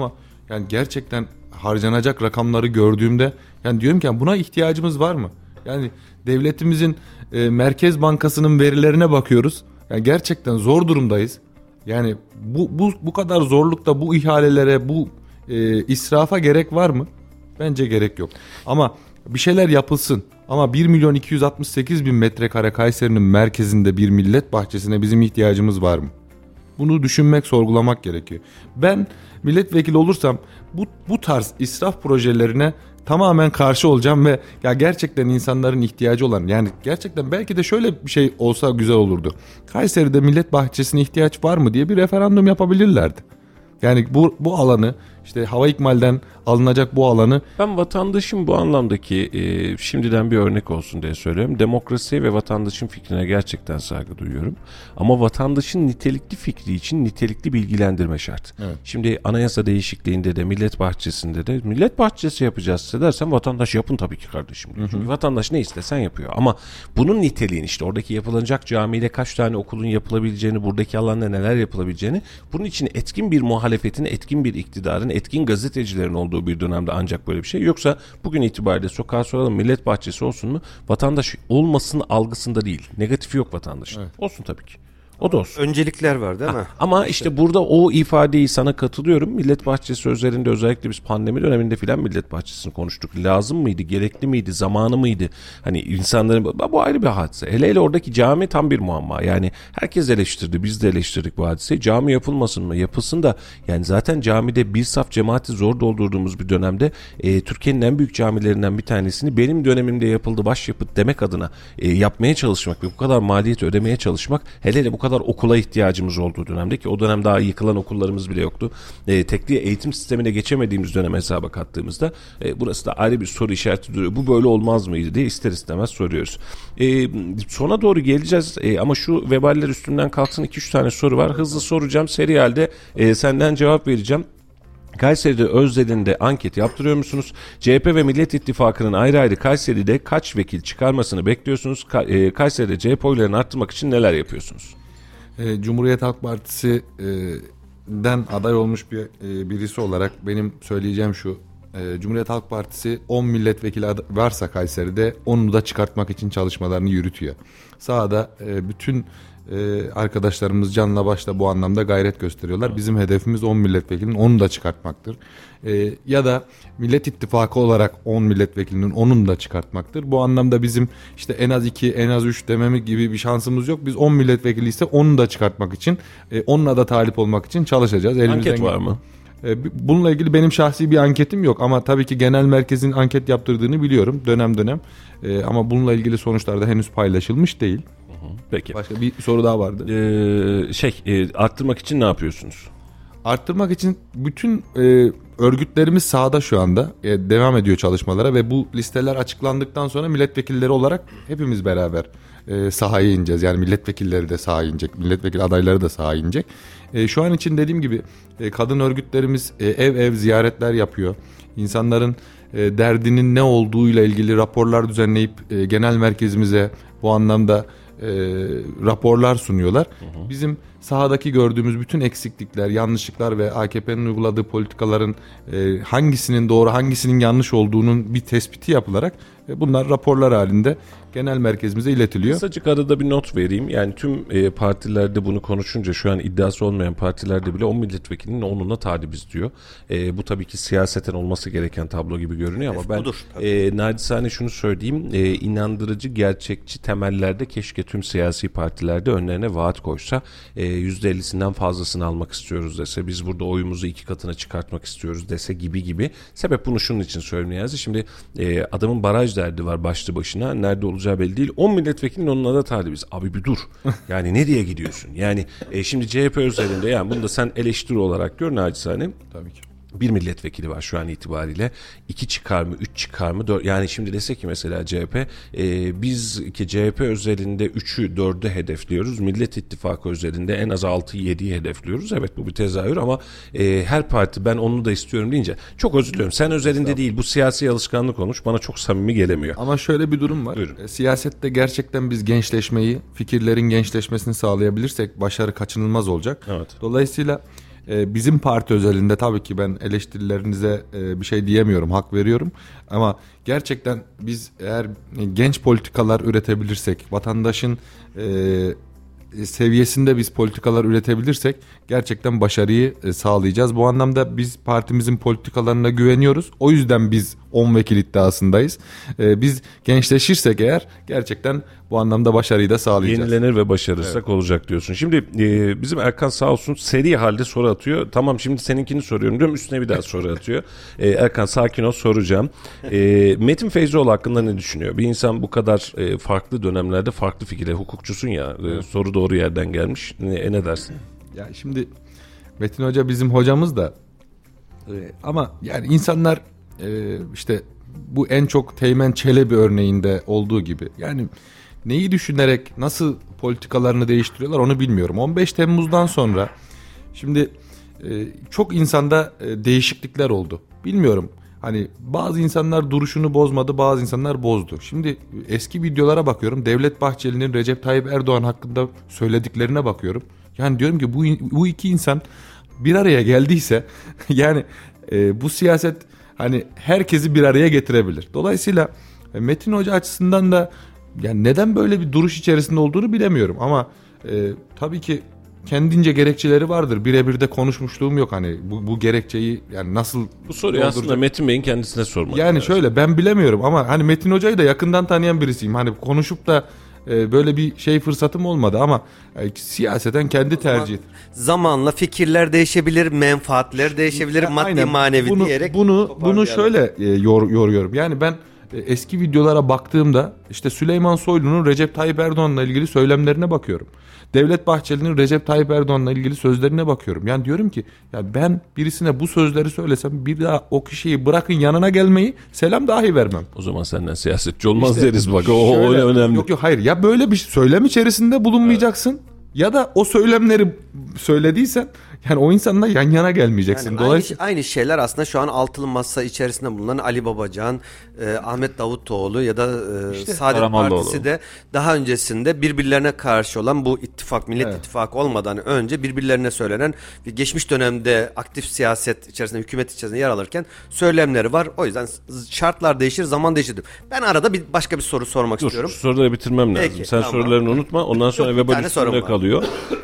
Yani gerçekten harcanacak rakamları gördüğümde yani diyorum ki yani buna ihtiyacımız var mı? Yani devletimizin e, Merkez Bankası'nın verilerine bakıyoruz. Yani gerçekten zor durumdayız. Yani bu bu bu kadar zorlukta bu ihalelere, bu e, israfa gerek var mı? Bence gerek yok. Ama bir şeyler yapılsın. Ama bir milyon iki yüz altmış sekiz bin metrekare Kayseri'nin merkezinde bir millet bahçesine bizim ihtiyacımız var mı? Bunu düşünmek, sorgulamak gerekiyor. Ben milletvekili olursam bu bu tarz israf projelerine tamamen karşı olacağım ve ya gerçekten insanların ihtiyacı olan, yani gerçekten belki de şöyle bir şey olsa güzel olurdu. Kayseri'de millet bahçesine ihtiyaç var mı diye bir referandum yapabilirlerdi. Yani bu bu alanı, işte hava ikmalden alınacak bu alanı. Ben vatandaşın bu anlamdaki e, şimdiden bir örnek olsun diye söylüyorum. Demokrasiye ve vatandaşın fikrine gerçekten saygı duyuyorum. Ama vatandaşın nitelikli fikri için nitelikli bilgilendirme şart. Evet. Şimdi anayasa değişikliğinde de millet bahçesinde de millet bahçesi yapacağız dersen vatandaş yapın tabii ki kardeşim. Hı hı. Çünkü vatandaş ne istesen yapıyor. Ama bunun niteliğini, işte oradaki yapılacak camiyle kaç tane okulun yapılabileceğini, buradaki alanda neler yapılabileceğini, bunun için etkin bir muhalefetin, etkin bir iktidarın, etkin gazetecilerin olduğu bir dönemde ancak böyle bir şey. Yoksa bugün itibariyle sokağa soralım millet bahçesi olsun mu? Vatandaş olmasın algısında değil. Negatifi yok vatandaşın. Evet. Olsun tabii ki. O da olsun. Öncelikler var değil mi? Ha, ama işte burada o ifadeyi sana katılıyorum. Millet bahçesi üzerinde özellikle biz pandemi döneminde filan millet bahçesini konuştuk. Lazım mıydı, gerekli miydi, zamanı mıydı? Hani insanların, bu ayrı bir hadise. Hele hele oradaki cami tam bir muamma. Yani herkes eleştirdi, biz de eleştirdik bu hadiseyi. Cami yapılmasın mı? Yapılsın da yani zaten camide bir saf cemaati zor doldurduğumuz bir dönemde e, Türkiye'nin en büyük camilerinden bir tanesini benim dönemimde yapıldı başyapıt demek adına e, yapmaya çalışmak ve bu kadar maliyet ödemeye çalışmak, hele hele bu kadar okula ihtiyacımız olduğu dönemde, ki o dönem daha yıkılan okullarımız bile yoktu. E, tekli eğitim sistemine geçemediğimiz dönem hesaba kattığımızda e, burası da ayrı bir soru işareti duruyor. Bu böyle olmaz mıydı diye ister istemez soruyoruz. E, sona doğru geleceğiz e, ama şu veballer üstünden kalksın, iki üç tane soru var. Hızlı soracağım, seri halde e, senden cevap vereceğim. Kayseri'de Özdelen'de anket yaptırıyor musunuz? C H P ve Millet İttifakı'nın ayrı ayrı Kayseri'de kaç vekil çıkarmasını bekliyorsunuz? Ka- e, Kayseri'de C H P oylarını arttırmak için neler yapıyorsunuz? E, Cumhuriyet Halk Partisi'den aday olmuş bir e, birisi olarak benim söyleyeceğim şu. E, Cumhuriyet Halk Partisi on milletvekili varsa Kayseri'de onu da çıkartmak için çalışmalarını yürütüyor. Sahada e, bütün e, arkadaşlarımız canla başla bu anlamda gayret gösteriyorlar. Bizim hedefimiz on milletvekilinin onu da çıkartmaktır. E, ya da Millet İttifakı olarak on milletvekilinin onun da çıkartmaktır. Bu anlamda bizim işte en az iki, en az üç dememi gibi bir şansımız yok. Biz on milletvekili ise onu da çıkartmak için, e, onunla da talip olmak için çalışacağız. Elimizden Anket var mı? Bununla ilgili benim şahsi bir anketim yok ama tabii ki genel merkezin anket yaptırdığını biliyorum dönem dönem. Ee, ama bununla ilgili sonuçlar da henüz paylaşılmış değil. Peki. Başka bir soru daha vardı. Ee, şey, e, arttırmak için ne yapıyorsunuz? Arttırmak için bütün e, örgütlerimiz sahada şu anda e, devam ediyor çalışmalara ve bu listeler açıklandıktan sonra milletvekilleri olarak hepimiz beraber e, sahaya ineceğiz. Yani milletvekilleri de sahaya inecek, milletvekili adayları da sahaya inecek. E, şu an için dediğim gibi e, kadın örgütlerimiz e, ev ev ziyaretler yapıyor. İnsanların e, derdinin ne olduğuyla ilgili raporlar düzenleyip e, genel merkezimize bu anlamda e, raporlar sunuyorlar. Hı hı. Bizim sahadaki gördüğümüz bütün eksiklikler, yanlışlıklar ve A K P'nin uyguladığı politikaların e, hangisinin doğru, hangisinin yanlış olduğunun bir tespiti yapılarak e, bunlar raporlar halinde genel merkezimize iletiliyor. Kısacık arada bir not vereyim. Yani tüm e, partilerde bunu konuşunca şu an iddiası olmayan partilerde bile on milletvekilinin onunla talibiz diyor. E, bu tabii ki siyaseten olması gereken tablo gibi görünüyor ama ben e, nacizane şunu söyleyeyim. E, inandırıcı, gerçekçi temellerde keşke tüm siyasi partilerde önlerine vaat koysa. E, yüzde ellisinden fazlasını almak istiyoruz dese, biz burada oyumuzu iki katına çıkartmak istiyoruz dese gibi gibi. Sebep bunu şunun için söylemiyor. Şimdi e, adamın baraj derdi var başlı başına. Nerede olacağı belli değil. on milletvekilinin onunla da talibiz. Abi bir dur. Yani nereye gidiyorsun? Yani e, şimdi C H P özelinde, yani bunu da sen eleştiri olarak gör nacizane. Tabii ki. Bir milletvekili var şu an itibariyle. İki çıkar mı, üç çıkar mı? Dört, yani şimdi dese ki mesela C H P, e, biz ki C H P özelinde üçü dördü hedefliyoruz. Millet İttifakı özelinde en az altı yediyi hedefliyoruz. Evet, bu bir tezahür ama e, her parti ben onu da istiyorum deyince çok özür diliyorum. Sen özelinde değil, bu siyasi alışkanlık olmuş. Bana çok samimi gelemiyor. Ama şöyle bir durum var. E, siyasette gerçekten biz gençleşmeyi, fikirlerin gençleşmesini sağlayabilirsek başarı kaçınılmaz olacak. Evet. Dolayısıyla e, bizim parti özelinde tabii ki ben eleştirilerinize e, bir şey diyemiyorum, hak veriyorum. Ama gerçekten biz eğer genç politikalar üretebilirsek, vatandaşın e, seviyesinde biz politikalar üretebilirsek gerçekten başarıyı e, sağlayacağız. Bu anlamda biz partimizin politikalarına güveniyoruz. O yüzden biz on vekil iddiasındayız. E, biz gençleşirsek eğer gerçekten bu anlamda başarıyı da sağlayacağız. Yenilenir ve başarırsak evet. olacak diyorsun. Şimdi e, bizim Erkan sağ olsun seri halde soru atıyor. Tamam, şimdi seninkini soruyorum diyorum, üstüne bir daha soru atıyor. E, Erkan sakin ol, soracağım. E, Metin Feyzoğlu hakkında ne düşünüyor? Bir insan bu kadar e, farklı dönemlerde farklı fikirle, hukukçusun ya, e, soru doğru yerden gelmiş. Ne, ne dersin? Ya şimdi Metin Hoca bizim hocamız da e, ama yani insanlar e, işte bu en çok Teğmen Çelebi örneğinde olduğu gibi yani neyi düşünerek nasıl politikalarını değiştiriyorlar onu bilmiyorum. on beş Temmuz'dan sonra şimdi e, çok insanda e, değişiklikler oldu. Bilmiyorum. Hani bazı insanlar duruşunu bozmadı, bazı insanlar bozdu. Şimdi eski videolara bakıyorum. Devlet Bahçeli'nin Recep Tayyip Erdoğan hakkında söylediklerine bakıyorum. Yani diyorum ki bu bu iki insan bir araya geldiyse yani e, bu siyaset hani herkesi bir araya getirebilir. Dolayısıyla e, Metin Hoca açısından da yani neden böyle bir duruş içerisinde olduğunu bilemiyorum ama e, tabii ki kendince gerekçeleri vardır. Birebir de konuşmuşluğum yok hani bu, bu gerekçeyi yani nasıl bu soruyu aslında Metin Bey'in kendisine sormak yani lazım. Şöyle ben bilemiyorum ama hani Metin Hoca'yı da yakından tanıyan birisiyim. Hani konuşup da e, böyle bir şey fırsatım olmadı ama e, siyaseten kendi tercih. Zamanla fikirler değişebilir, menfaatler değişebilir, ya, maddi aynen. manevi bunu, diyerek. Bunu bunu şöyle e, yor, yoruyorum. Yani ben e, eski videolara baktığımda işte Süleyman Soylu'nun Recep Tayyip Erdoğan'la ilgili söylemlerine bakıyorum. Devlet Bahçeli'nin Recep Tayyip Erdoğan'la ilgili sözlerine bakıyorum. Yani diyorum ki ya ben birisine bu sözleri söylesem bir daha o kişiyi bırakın yanına gelmeyi selam dahi vermem. O zaman senden siyasetçi olmaz işte, deriz bak. O, şöyle, o önemli. Yok yok hayır ya böyle bir söylem içerisinde bulunmayacaksın. Evet. Ya da o söylemleri söylediysen yani o insanla yan yana gelmeyeceksin. Yani Dolayısıyla aynı, aynı şeyler aslında şu an altılı masa içerisinde bulunan Ali Babacan, e, Ahmet Davutoğlu ya da e, işte, Saadet Partisi de daha öncesinde birbirlerine karşı olan bu ittifak, Millet evet. İttifakı olmadan önce birbirlerine söylenen ve geçmiş dönemde aktif siyaset içerisinde, hükümet içerisinde yer alırken söylemleri var. O yüzden şartlar değişir, zaman değişir. Ben arada bir başka bir soru sormak Dur, istiyorum. Soruları bitirmem lazım. Peki, Sen tamam. sorularını unutma. Ondan sonra Yok, Weber üstünde kalıyor.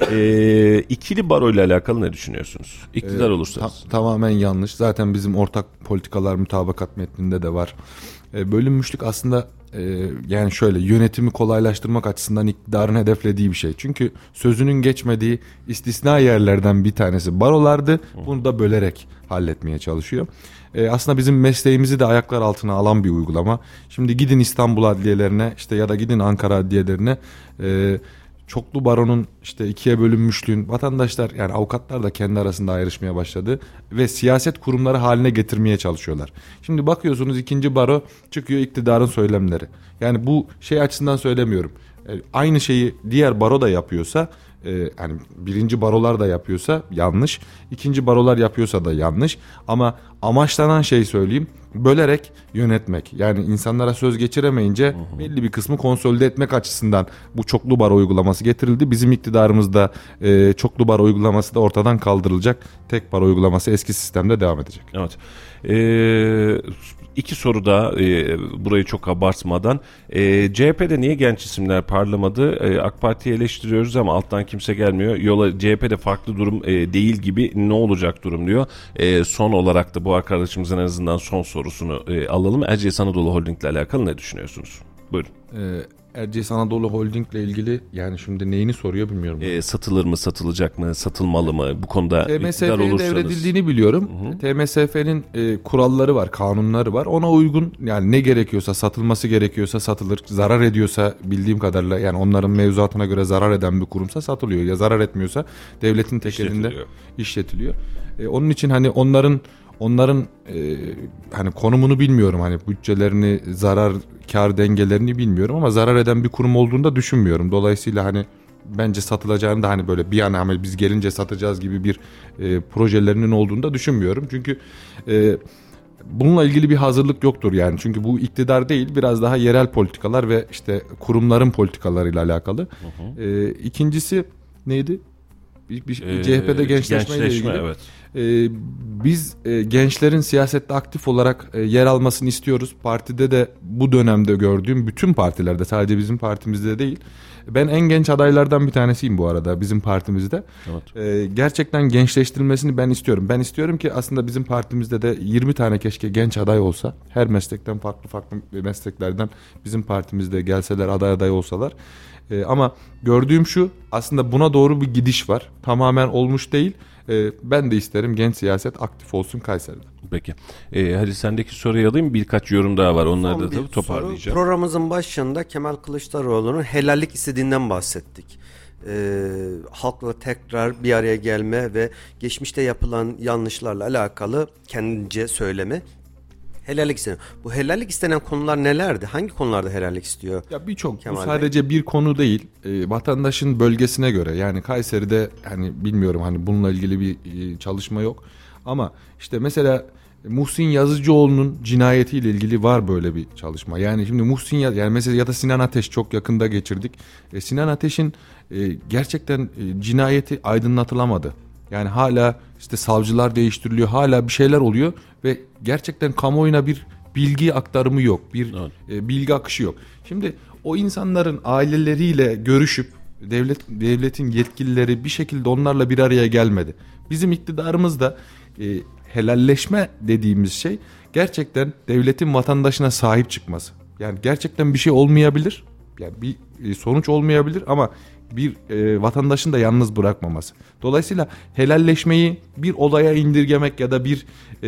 Ee, ikili baro ile alakalı ne düşünüyorsunuz? İktidar ee, olursanız. Ta- tamamen yanlış. Zaten bizim ortak politikalar mutabakat metninde de var. Ee, bölünmüşlük aslında e, yani şöyle yönetimi kolaylaştırmak açısından iktidarın hedeflediği bir şey. Çünkü sözünün geçmediği istisna yerlerden bir tanesi barolardı. Bunu da bölerek halletmeye çalışıyor. Ee, aslında bizim mesleğimizi de ayaklar altına alan bir uygulama. Şimdi gidin İstanbul adliyelerine işte ya da gidin Ankara adliyelerine e, çoklu baronun işte ikiye bölünmüşlüğün vatandaşlar yani avukatlar da kendi arasında ayrışmaya başladı ve siyaset kurumları haline getirmeye çalışıyorlar. Şimdi bakıyorsunuz ikinci baro çıkıyor iktidarın söylemleri. Yani bu şey açısından söylemiyorum. E, aynı şeyi diğer baro da yapıyorsa e, yani birinci barolar da yapıyorsa yanlış. İkinci barolar yapıyorsa da yanlış. Ama amaçlanan şey söyleyeyim. Bölerek yönetmek. Yani insanlara söz geçiremeyince hı hı. belli bir kısmı konsolide etmek açısından bu çoklu baro uygulaması getirildi. Bizim iktidarımızda e, çoklu baro uygulaması da ortadan kaldırılacak. Tek baro uygulaması eski sistemde devam edecek. Evet. Ee, iki soru da e, burayı çok abartmadan. E, C H P'de niye genç isimler parlamadı? E, AK Parti'yi eleştiriyoruz ama alttan kimse gelmiyor. Yola C H P'de farklı durum e, değil gibi, ne olacak durum diyor. E, son olarak da bu arkadaşımızın en azından son sorusunu e, alalım. Erciyes Anadolu Holding ile alakalı ne düşünüyorsunuz? Buyurun. Ee, Erciyes Anadolu Holding ile ilgili yani şimdi neyini soruyor bilmiyorum. E, satılır mı, satılacak mı, satılmalı mı? Bu konuda T M S F'nin devredildiğini biliyorum. Hı hı. T M S F'nin e, kuralları var, kanunları var. Ona uygun yani ne gerekiyorsa, satılması gerekiyorsa satılır. Zarar ediyorsa bildiğim kadarıyla yani onların mevzuatına göre zarar eden bir kurumsa satılıyor. Ya zarar etmiyorsa devletin tek elinde işletiliyor. işletiliyor. E, onun için hani onların Onların e, hani konumunu bilmiyorum, hani bütçelerini, zarar kar dengelerini bilmiyorum ama zarar eden bir kurum olduğunu da düşünmüyorum. Dolayısıyla hani bence satılacağını da hani böyle bir an hani biz gelince satacağız gibi bir e, projelerinin olduğunu da düşünmüyorum. Çünkü e, bununla ilgili bir hazırlık yoktur yani. Çünkü bu iktidar değil, biraz daha yerel politikalar ve işte kurumların politikalarıyla alakalı. Hı hı. E, ikincisi neydi? bir, bir, Ee, C H P'de gençleşme ile gençleşme, ilgili. evet. Ee, biz e, gençlerin siyasette aktif olarak e, yer almasını istiyoruz. Partide de bu dönemde gördüğüm bütün partilerde, sadece bizim partimizde değil. Ben en genç adaylardan bir tanesiyim bu arada bizim partimizde. Evet. Ee, gerçekten gençleştirilmesini ben istiyorum. Ben istiyorum ki aslında bizim partimizde de yirmi tane keşke genç aday olsa. Her meslekten farklı farklı mesleklerden bizim partimizde gelseler, aday aday olsalar. Ee, ama gördüğüm şu, aslında buna doğru bir gidiş var. Tamamen olmuş değil. Ee, ben de isterim genç siyaset aktif olsun Kayseri'de. Peki. Ee, hadi sendeki soruyu alayım. Birkaç yorum daha var. Onları Son da bir tabii toparlayacağım. Soru. Programımızın başında Kemal Kılıçdaroğlu'nun helallik istediğinden bahsettik. Ee, halkla tekrar bir araya gelme ve geçmişte yapılan yanlışlarla alakalı kendince söyleme. Helallik istenen. Bu helallik istenen konular nelerdi? Hangi konularda helallik istiyor? Ya birçok, bu Kemal sadece bir konu değil. E, vatandaşın bölgesine göre, yani Kayseri'de hani bilmiyorum, hani bununla ilgili bir e, çalışma yok. Ama işte mesela Muhsin Yazıcıoğlu'nun cinayetiyle ilgili var böyle bir çalışma. Yani şimdi Muhsin ya, yani mesela ya da Sinan Ateş çok yakında geçirdik. E, Sinan Ateş'in e, gerçekten e, cinayeti aydınlatılamadı. Yani hala işte savcılar değiştiriliyor, hala bir şeyler oluyor ve gerçekten kamuoyuna bir bilgi aktarımı yok, bir Evet. e, bilgi akışı yok. Şimdi o insanların aileleriyle görüşüp devlet devletin yetkilileri bir şekilde onlarla bir araya gelmedi. Bizim iktidarımız da e, helalleşme dediğimiz şey gerçekten devletin vatandaşına sahip çıkması. Yani gerçekten bir şey olmayabilir, yani bir e, sonuç olmayabilir ama bir e, vatandaşın da yalnız bırakmaması. Dolayısıyla helalleşmeyi bir olaya indirgemek ya da bir e,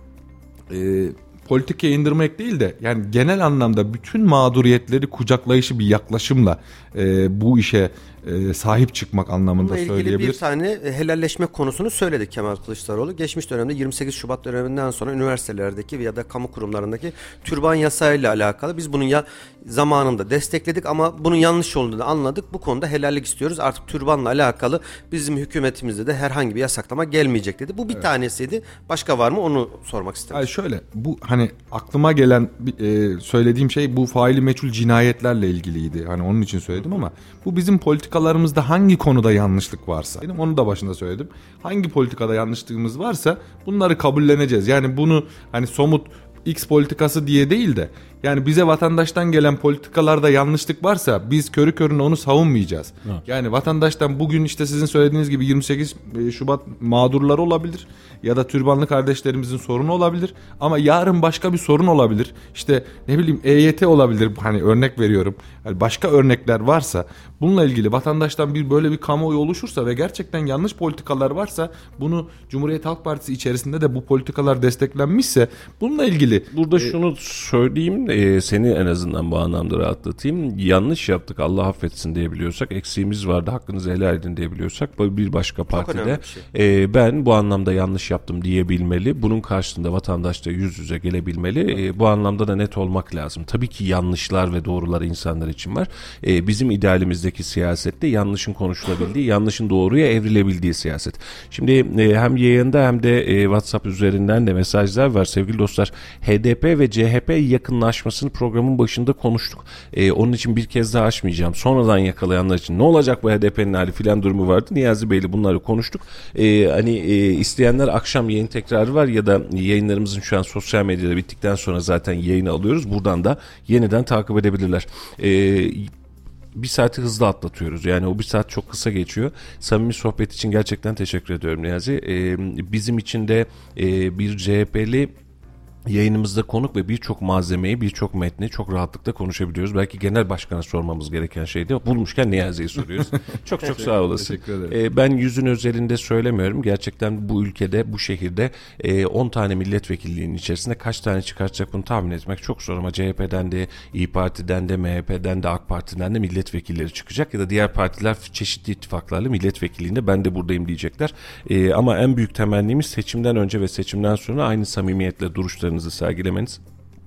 e, politikaya indirmek değil de yani genel anlamda bütün mağduriyetleri kucaklayışı bir yaklaşımla e, bu işe e, sahip çıkmak anlamında Bununla ilgili söyleyebiliriz. bir tane helalleşme konusunu söyledi Kemal Kılıçdaroğlu. Geçmiş dönemde yirmi sekiz Şubat döneminden sonra üniversitelerdeki ya da kamu kurumlarındaki türban yasayla alakalı biz bunun ya zamanında destekledik ama bunun yanlış olduğunu anladık. Bu konuda helallik istiyoruz. Artık türbanla alakalı bizim hükümetimizde de herhangi bir yasaklama gelmeyecek dedi. Bu bir evet. tanesiydi. Başka var mı onu sormak istedim. Hayır, şöyle, bu hani aklıma gelen e, söylediğim şey bu faili meçhul cinayetlerle ilgiliydi. Hani onun için söyledim ama bu bizim politikalarımızda hangi konuda yanlışlık varsa, benim onu da başında söyledim. Hangi politikada yanlışlığımız varsa bunları kabulleneceğiz. Yani bunu hani somut X politikası diye değil de yani bize vatandaştan gelen politikalarda yanlışlık varsa biz körü körüne onu savunmayacağız. Evet. Yani vatandaştan bugün işte sizin söylediğiniz gibi yirmi sekiz Şubat mağdurları olabilir ya da türbanlı kardeşlerimizin sorunu olabilir ama yarın başka bir sorun olabilir. İşte ne bileyim E Y T olabilir, hani örnek veriyorum. Yani başka örnekler varsa bununla ilgili vatandaştan bir böyle bir kamuoyu oluşursa ve gerçekten yanlış politikalar varsa bunu Cumhuriyet Halk Partisi içerisinde de bu politikalar desteklenmişse bununla ilgili. Burada e, şunu söyleyeyim, e, seni en azından bu anlamda rahatlatayım. Yanlış yaptık, Allah affetsin diyebiliyorsak, eksiğimiz vardı, hakkınızı helal edin diyebiliyorsak bir başka partide bir şey. e, ben bu anlamda yanlış yaptım diyebilmeli. Bunun karşısında vatandaş da yüz yüze gelebilmeli. E, bu anlamda da net olmak lazım. Tabii ki yanlışlar ve doğrular insanlar için var. E, bizim idealimizdeki siyasette yanlışın konuşulabildiği, yanlışın doğruya evrilebildiği siyaset. Şimdi e, hem yayında hem de e, WhatsApp üzerinden de mesajlar var sevgili dostlar. H D P ve C H P yakınlaşmasını programın başında konuştuk. E, onun için bir kez daha açmayacağım. Sonradan yakalayanlar için ne olacak bu H D P'nin hali filan durumu vardı. Niyazi Bey'le bunları konuştuk. E, hani e, isteyenler akşam yayın tekrarı var ya da yayınlarımızın şu an sosyal medyada bittikten sonra zaten yayını alıyoruz. Buradan da yeniden takip edebilirler. Eee Bir saati hızlı atlatıyoruz. Yani o bir saat çok kısa geçiyor. Samimi sohbet için gerçekten teşekkür ediyorum Niyazi. Ee, bizim için de e, bir C H P'li yayınımızda konuk ve birçok malzemeyi, birçok metni çok rahatlıkla konuşabiliyoruz. Belki genel başkana sormamız gereken şeydi. Bulmuşken Niyazi'yi soruyoruz. Çok çok sağ olasın. Ee, ben yüzün özelinde söylemiyorum. Gerçekten bu ülkede, bu şehirde e, on tane milletvekilliğinin içerisinde kaç tane çıkartacak bunu tahmin etmek çok zor. Ama C H P'den de, İYİ Parti'den de, M H P'den de, AK Parti'den de milletvekilleri çıkacak. Ya da diğer partiler çeşitli ittifaklarla milletvekilliğinde ben de buradayım diyecekler. E, ama en büyük temennimiz seçimden önce ve seçimden sonra aynı samimiyetle duruşlarını sergilemeniz.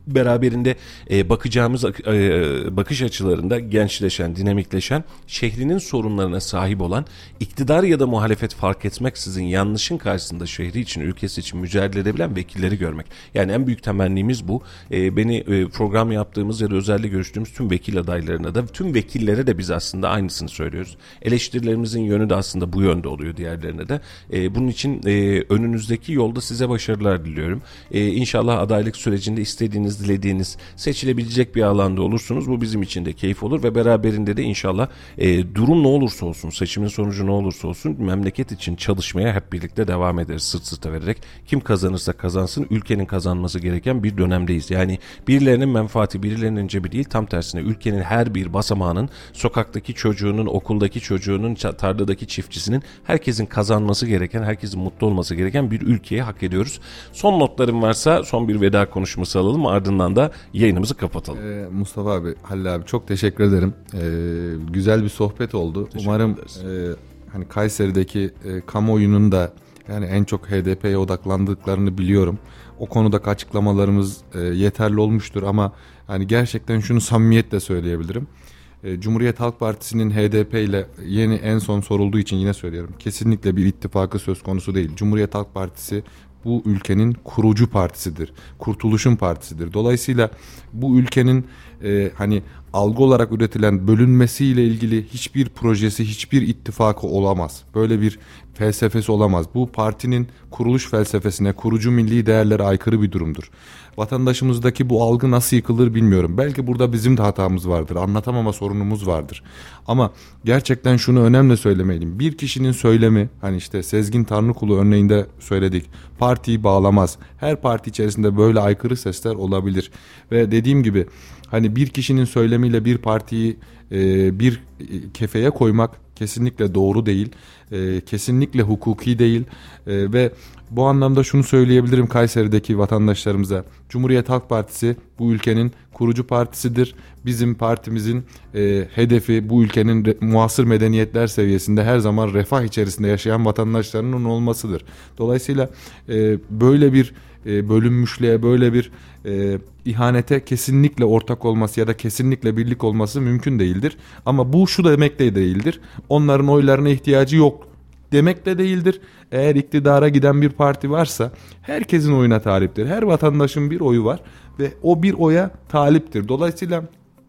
beraberinde e, bakacağımız e, bakış açılarında gençleşen, dinamikleşen, şehrinin sorunlarına sahip olan, iktidar ya da muhalefet fark etmeksizin yanlışın karşısında şehri için, ülkesi için mücadele edebilen vekilleri görmek. Yani en büyük temennimiz bu. E, beni e, program yaptığımız ya da özellikle görüştüğümüz tüm vekil adaylarına da, tüm vekillere de biz aslında aynısını söylüyoruz. Eleştirilerimizin yönü de aslında bu yönde oluyor diğerlerine de. E, bunun için e, önünüzdeki yolda size başarılar diliyorum. E, İnşallah adaylık sürecinde istediğiniz, dilediğiniz, seçilebilecek bir alanda olursunuz. Bu bizim için de keyif olur ve beraberinde de inşallah e, durum ne olursa olsun, seçimin sonucu ne olursa olsun memleket için çalışmaya hep birlikte devam ederiz sırt sırta vererek. Kim kazanırsa kazansın, ülkenin kazanması gereken bir dönemdeyiz. Yani birilerinin menfaati birilerinin cebi değil, tam tersine ülkenin her bir basamağının, sokaktaki çocuğunun, okuldaki çocuğunun, tarladaki çiftçisinin, herkesin kazanması gereken, herkesin mutlu olması gereken bir ülkeyi hak ediyoruz. Son notlarım varsa son bir veda konuşması alalım, ardından da yayınımızı kapatalım. Ee, Mustafa abi, Halil abi çok teşekkür ederim. Ee, güzel bir sohbet oldu. Teşekkür Umarım e, hani Kayseri'deki e, kamuoyunun da yani en çok H D P'ye odaklandıklarını biliyorum. O konudaki açıklamalarımız e, yeterli olmuştur ama hani gerçekten şunu samimiyetle söyleyebilirim. E, Cumhuriyet Halk Partisi'nin H D P ile yeni en son sorulduğu için yine söylüyorum. Kesinlikle bir ittifakı söz konusu değil. Cumhuriyet Halk Partisi bu ülkenin kurucu partisidir. Kurtuluşun partisidir. Dolayısıyla bu ülkenin e, hani algı olarak üretilen bölünmesiyle ilgili hiçbir projesi, hiçbir ittifakı olamaz. Böyle bir felsefesi olamaz. Bu partinin kuruluş felsefesine, kurucu milli değerlere aykırı bir durumdur. Vatandaşımızdaki bu algı nasıl yıkılır bilmiyorum. Belki burada bizim de hatamız vardır. Anlatamama sorunumuz vardır. Ama gerçekten şunu önemli söylemeliyim. Bir kişinin söylemi, hani işte Sezgin Tanrıkulu örneğinde söyledik, partiyi bağlamaz. Her parti içerisinde böyle aykırı sesler olabilir. Ve dediğim gibi hani bir kişinin söylemiyle bir partiyi e, bir kefeye koymak kesinlikle doğru değil. E, kesinlikle hukuki değil. E, ve bu anlamda şunu söyleyebilirim Kayseri'deki vatandaşlarımıza. Cumhuriyet Halk Partisi bu ülkenin kurucu partisidir. Bizim partimizin e, hedefi bu ülkenin re, muasır medeniyetler seviyesinde her zaman refah içerisinde yaşayan vatandaşlarının olmasıdır. Dolayısıyla e, böyle bir e, bölünmüşlüğe, böyle bir e, ihanete kesinlikle ortak olması ya da kesinlikle birlik olması mümkün değildir. Ama bu şu demek de değildir. Onların oylarına ihtiyacı yok demek de değildir. Eğer iktidara giden bir parti varsa herkesin oyuna taliptir. Her vatandaşın bir oyu var ve o bir oya taliptir. Dolayısıyla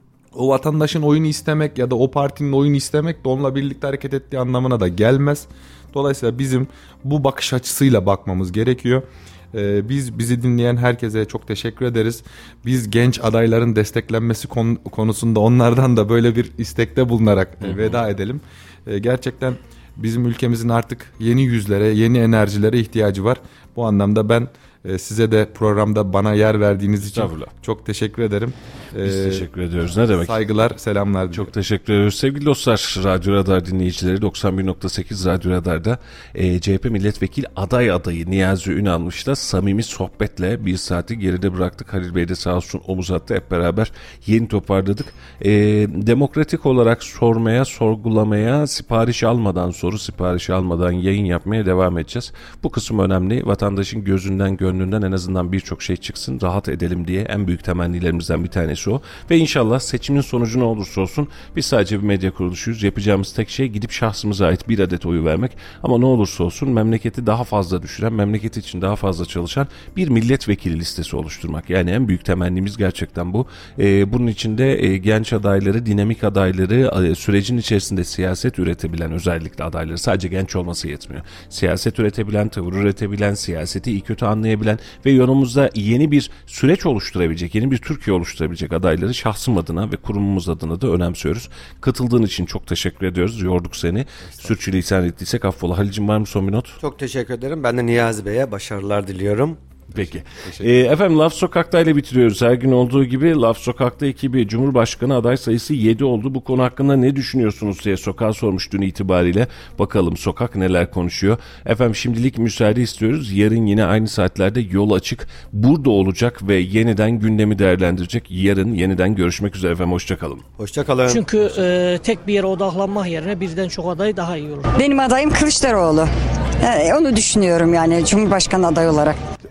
o vatandaşın oyunu istemek ya da o partinin oyunu istemek de onunla birlikte hareket ettiği anlamına da gelmez. Dolayısıyla bizim bu bakış açısıyla bakmamız gerekiyor. Ee, biz bizi dinleyen herkese çok teşekkür ederiz. Biz genç adayların desteklenmesi kon- konusunda onlardan da böyle bir istekte bulunarak e, veda edelim. E, gerçekten bizim ülkemizin artık yeni yüzlere, yeni enerjilere ihtiyacı var. Bu anlamda ben e, size de programda bana yer verdiğiniz için çok teşekkür ederim. Biz ee, teşekkür ediyoruz. Ne demek? Saygılar, selamlar diliyorum. Çok teşekkür ediyoruz. Sevgili dostlar, Radyo Radar dinleyicileri, doksan bir nokta sekiz Radyo Radar'da e, C H P milletvekili aday adayı Niyazi Ünalmış'la samimi sohbetle bir saati geride bıraktık. Halil Bey de sağ olsun omuz attı. Hep beraber yeni toparladık. E, demokratik olarak sormaya, sorgulamaya, sipariş almadan, soru siparişi almadan yayın yapmaya devam edeceğiz. Bu kısım önemli. Vatandaşın gözünden, gönlünden en azından birçok şey çıksın, rahat edelim diye en büyük temennilerimizden bir tanesi o. Ve inşallah seçimin sonucu ne olursa olsun biz sadece bir medya kuruluşuyuz. Yapacağımız tek şey gidip şahsımıza ait bir adet oyu vermek. Ama ne olursa olsun memleketi daha fazla düşüren, memleketi için daha fazla çalışan bir milletvekili listesi oluşturmak. Yani en büyük temennimiz gerçekten bu. Ee, bunun için de e, genç adayları, dinamik adayları, e, sürecin içerisinde siyaset üretebilen, özellikle adayları, sadece genç olması yetmiyor. Siyaset üretebilen, tavır üretebilen, siyaseti iyi kötü anlayabilen ve yolumuzda yeni bir süreç oluşturabilecek, yeni bir Türkiye oluşturabilecek adayları şahsım adına ve kurumumuz adına da önemsiyoruz. Katıldığın için çok teşekkür ediyoruz. Yorduk seni. Sürçülisan ettiysek affola. Halicim, var mı son bir not? Çok teşekkür ederim. Ben de Niyazi Bey'e başarılar diliyorum. Peki. Ee, efendim Laf Sokak'ta ile bitiriyoruz. Her gün olduğu gibi Laf Sokak'ta ekibi Cumhurbaşkanı aday sayısı yedi oldu. Bu konu hakkında ne düşünüyorsunuz diye sokağa sormuş dün itibariyle. Bakalım sokak neler konuşuyor. Efendim şimdilik müsaade istiyoruz. Yarın yine aynı saatlerde Yol Açık burada olacak ve yeniden gündemi değerlendirecek. Yarın yeniden görüşmek üzere efendim. Hoşçakalın. Hoşçakalın. Çünkü e, tek bir yere odaklanmak yerine birden çok aday daha iyi olur. Benim adayım Kılıçdaroğlu. Yani onu düşünüyorum yani Cumhurbaşkanı adayı olarak.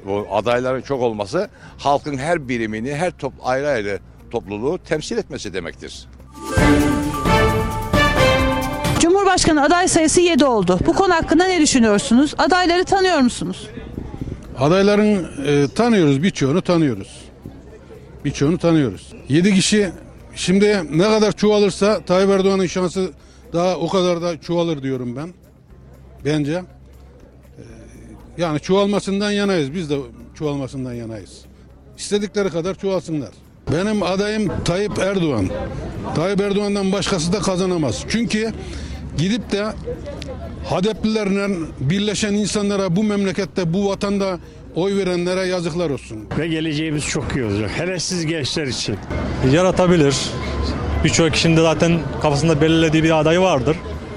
Bu adayların çok olması halkın her birimini, her top, ayrı ayrı topluluğu temsil etmesi demektir. Cumhurbaşkanı aday sayısı yedi oldu. Bu konu hakkında ne düşünüyorsunuz? Adayları tanıyor musunuz? Adayların e, tanıyoruz, birçoğunu tanıyoruz. Birçoğunu tanıyoruz. yedi kişi şimdi ne kadar çoğalırsa Tayyip Erdoğan'ın şansı daha o kadar da çoğalır diyorum ben. Bence. E, yani çoğalmasından yanayız. Biz de çoğalmasından yanayız. İstedikleri kadar çoğalsınlar. Benim adayım Tayyip Erdoğan. Tayyip Erdoğan'dan başkası da kazanamaz. Çünkü gidip de Hadeplilerle birleşen insanlara, bu memlekette, bu vatanda oy verenlere yazıklar olsun. Ve geleceğimiz çok iyi olacak. Hele siz gençler için. Yaratabilir. Birçok kişinin de zaten kafasında belirlediği bir adayı vardır.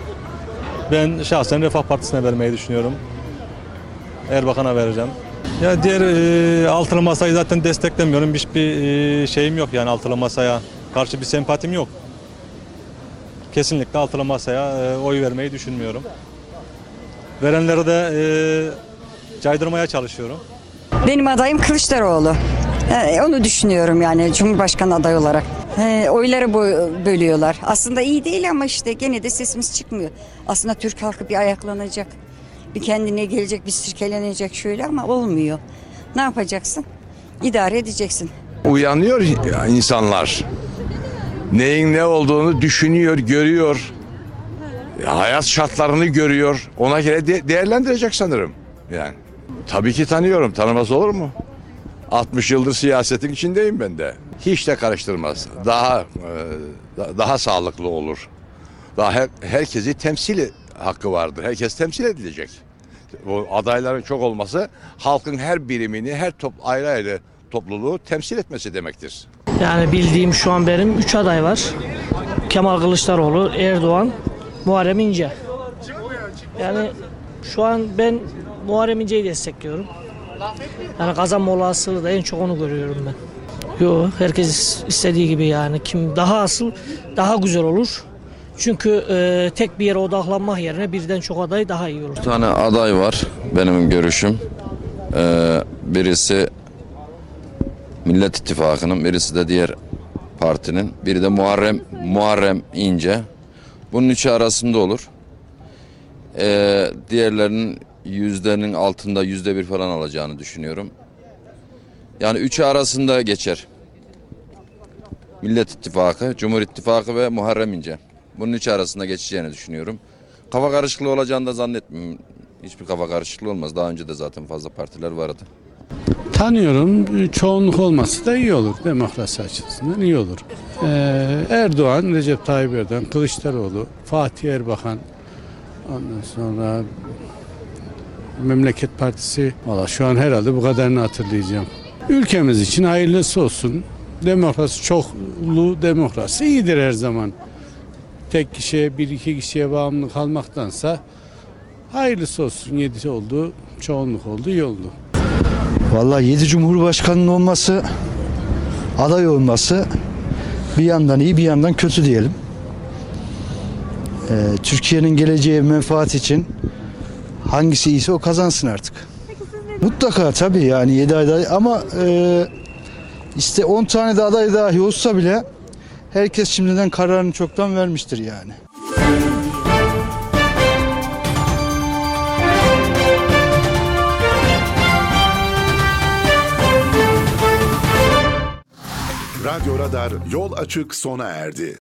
Ben şahsen Refah Partisi'ne vermeyi düşünüyorum. Erbakan'a vereceğim. Ya diğer e, altılı masayı zaten desteklemiyorum. Hiçbir e, şeyim yok yani altılı masaya karşı bir sempatim yok. Kesinlikle altılı masaya e, oy vermeyi düşünmüyorum. Verenleri de e, caydırmaya çalışıyorum. Benim adayım Kılıçdaroğlu. Ee, onu düşünüyorum yani Cumhurbaşkanı adayı olarak. Ee, oyları bölüyorlar. Aslında iyi değil ama işte gene de sesimiz çıkmıyor. Aslında Türk halkı bir ayaklanacak. Bir kendine gelecek, bir sirkelenecek şöyle ama olmuyor. Ne yapacaksın? İdare edeceksin. Uyanıyor insanlar. Neyin ne olduğunu düşünüyor, görüyor. Hayat şartlarını görüyor. Ona göre de- değerlendirecek sanırım. Yani tabii ki tanıyorum. Tanımaz olur mu? altmış yıldır siyasetin içindeyim ben de. Hiç de karıştırmaz. Daha e, daha sağlıklı olur. Daha her, herkesi temsil hakkı vardır. Herkes temsil edilecek. Bu adayların çok olması halkın her birimini, her top, ayrı ayrı topluluğu temsil etmesi demektir. Yani bildiğim şu an benim üç aday var. Kemal Kılıçdaroğlu, Erdoğan, Muharrem İnce. Yani şu an ben Muharrem İnce'yi destekliyorum. Yani kazanma olasılığı da en çok onu görüyorum ben. Yo, herkes istediği gibi yani. Kim daha asıl daha güzel olur. Çünkü e, tek bir yere odaklanmak yerine birden çok aday daha iyi olur. Bir tane aday var benim görüşüm. Ee, birisi Millet İttifakı'nın, birisi de diğer partinin, biri de Muharrem Muharrem İnce. Bunun üçü arasında olur. Ee, diğerlerinin yüzdenin altında yüzde bir falan alacağını düşünüyorum. Yani üçü arasında geçer. Millet İttifakı, Cumhur İttifakı ve Muharrem İnce. Bunun üçü arasında geçeceğini düşünüyorum. Kafa karışıklığı olacağını da zannetmiyorum. Hiçbir kafa karışıklığı olmaz. Daha önce de zaten fazla partiler vardı. Tanıyorum. Çoğunluk olması da iyi olur. Demokrasi açısından iyi olur. Ee, Erdoğan, Recep Tayyip Erdoğan, Kılıçdaroğlu, Fatih Erbakan, ondan sonra Memleket Partisi. Valla şu an herhalde bu kadarını hatırlayacağım. Ülkemiz için hayırlısı olsun. Demokrasi, çoklu demokrasi iyidir her zaman. Tek kişiye, bir iki kişiye bağımlı kalmaktansa hayırlısı olsun. Yedi oldu, çoğunluk oldu, iyi oldu. Vallahi yedi Cumhurbaşkanı'nın olması, aday olması bir yandan iyi bir yandan kötü diyelim. Ee, Türkiye'nin geleceği menfaat için hangisi iyiyse o kazansın artık. Mutlaka tabii yani yedi aday ama e, işte on tane de aday dahi olsa bile herkes şimdiden kararını çoktan vermiştir yani. Radyo Radar yol açık sona erdi.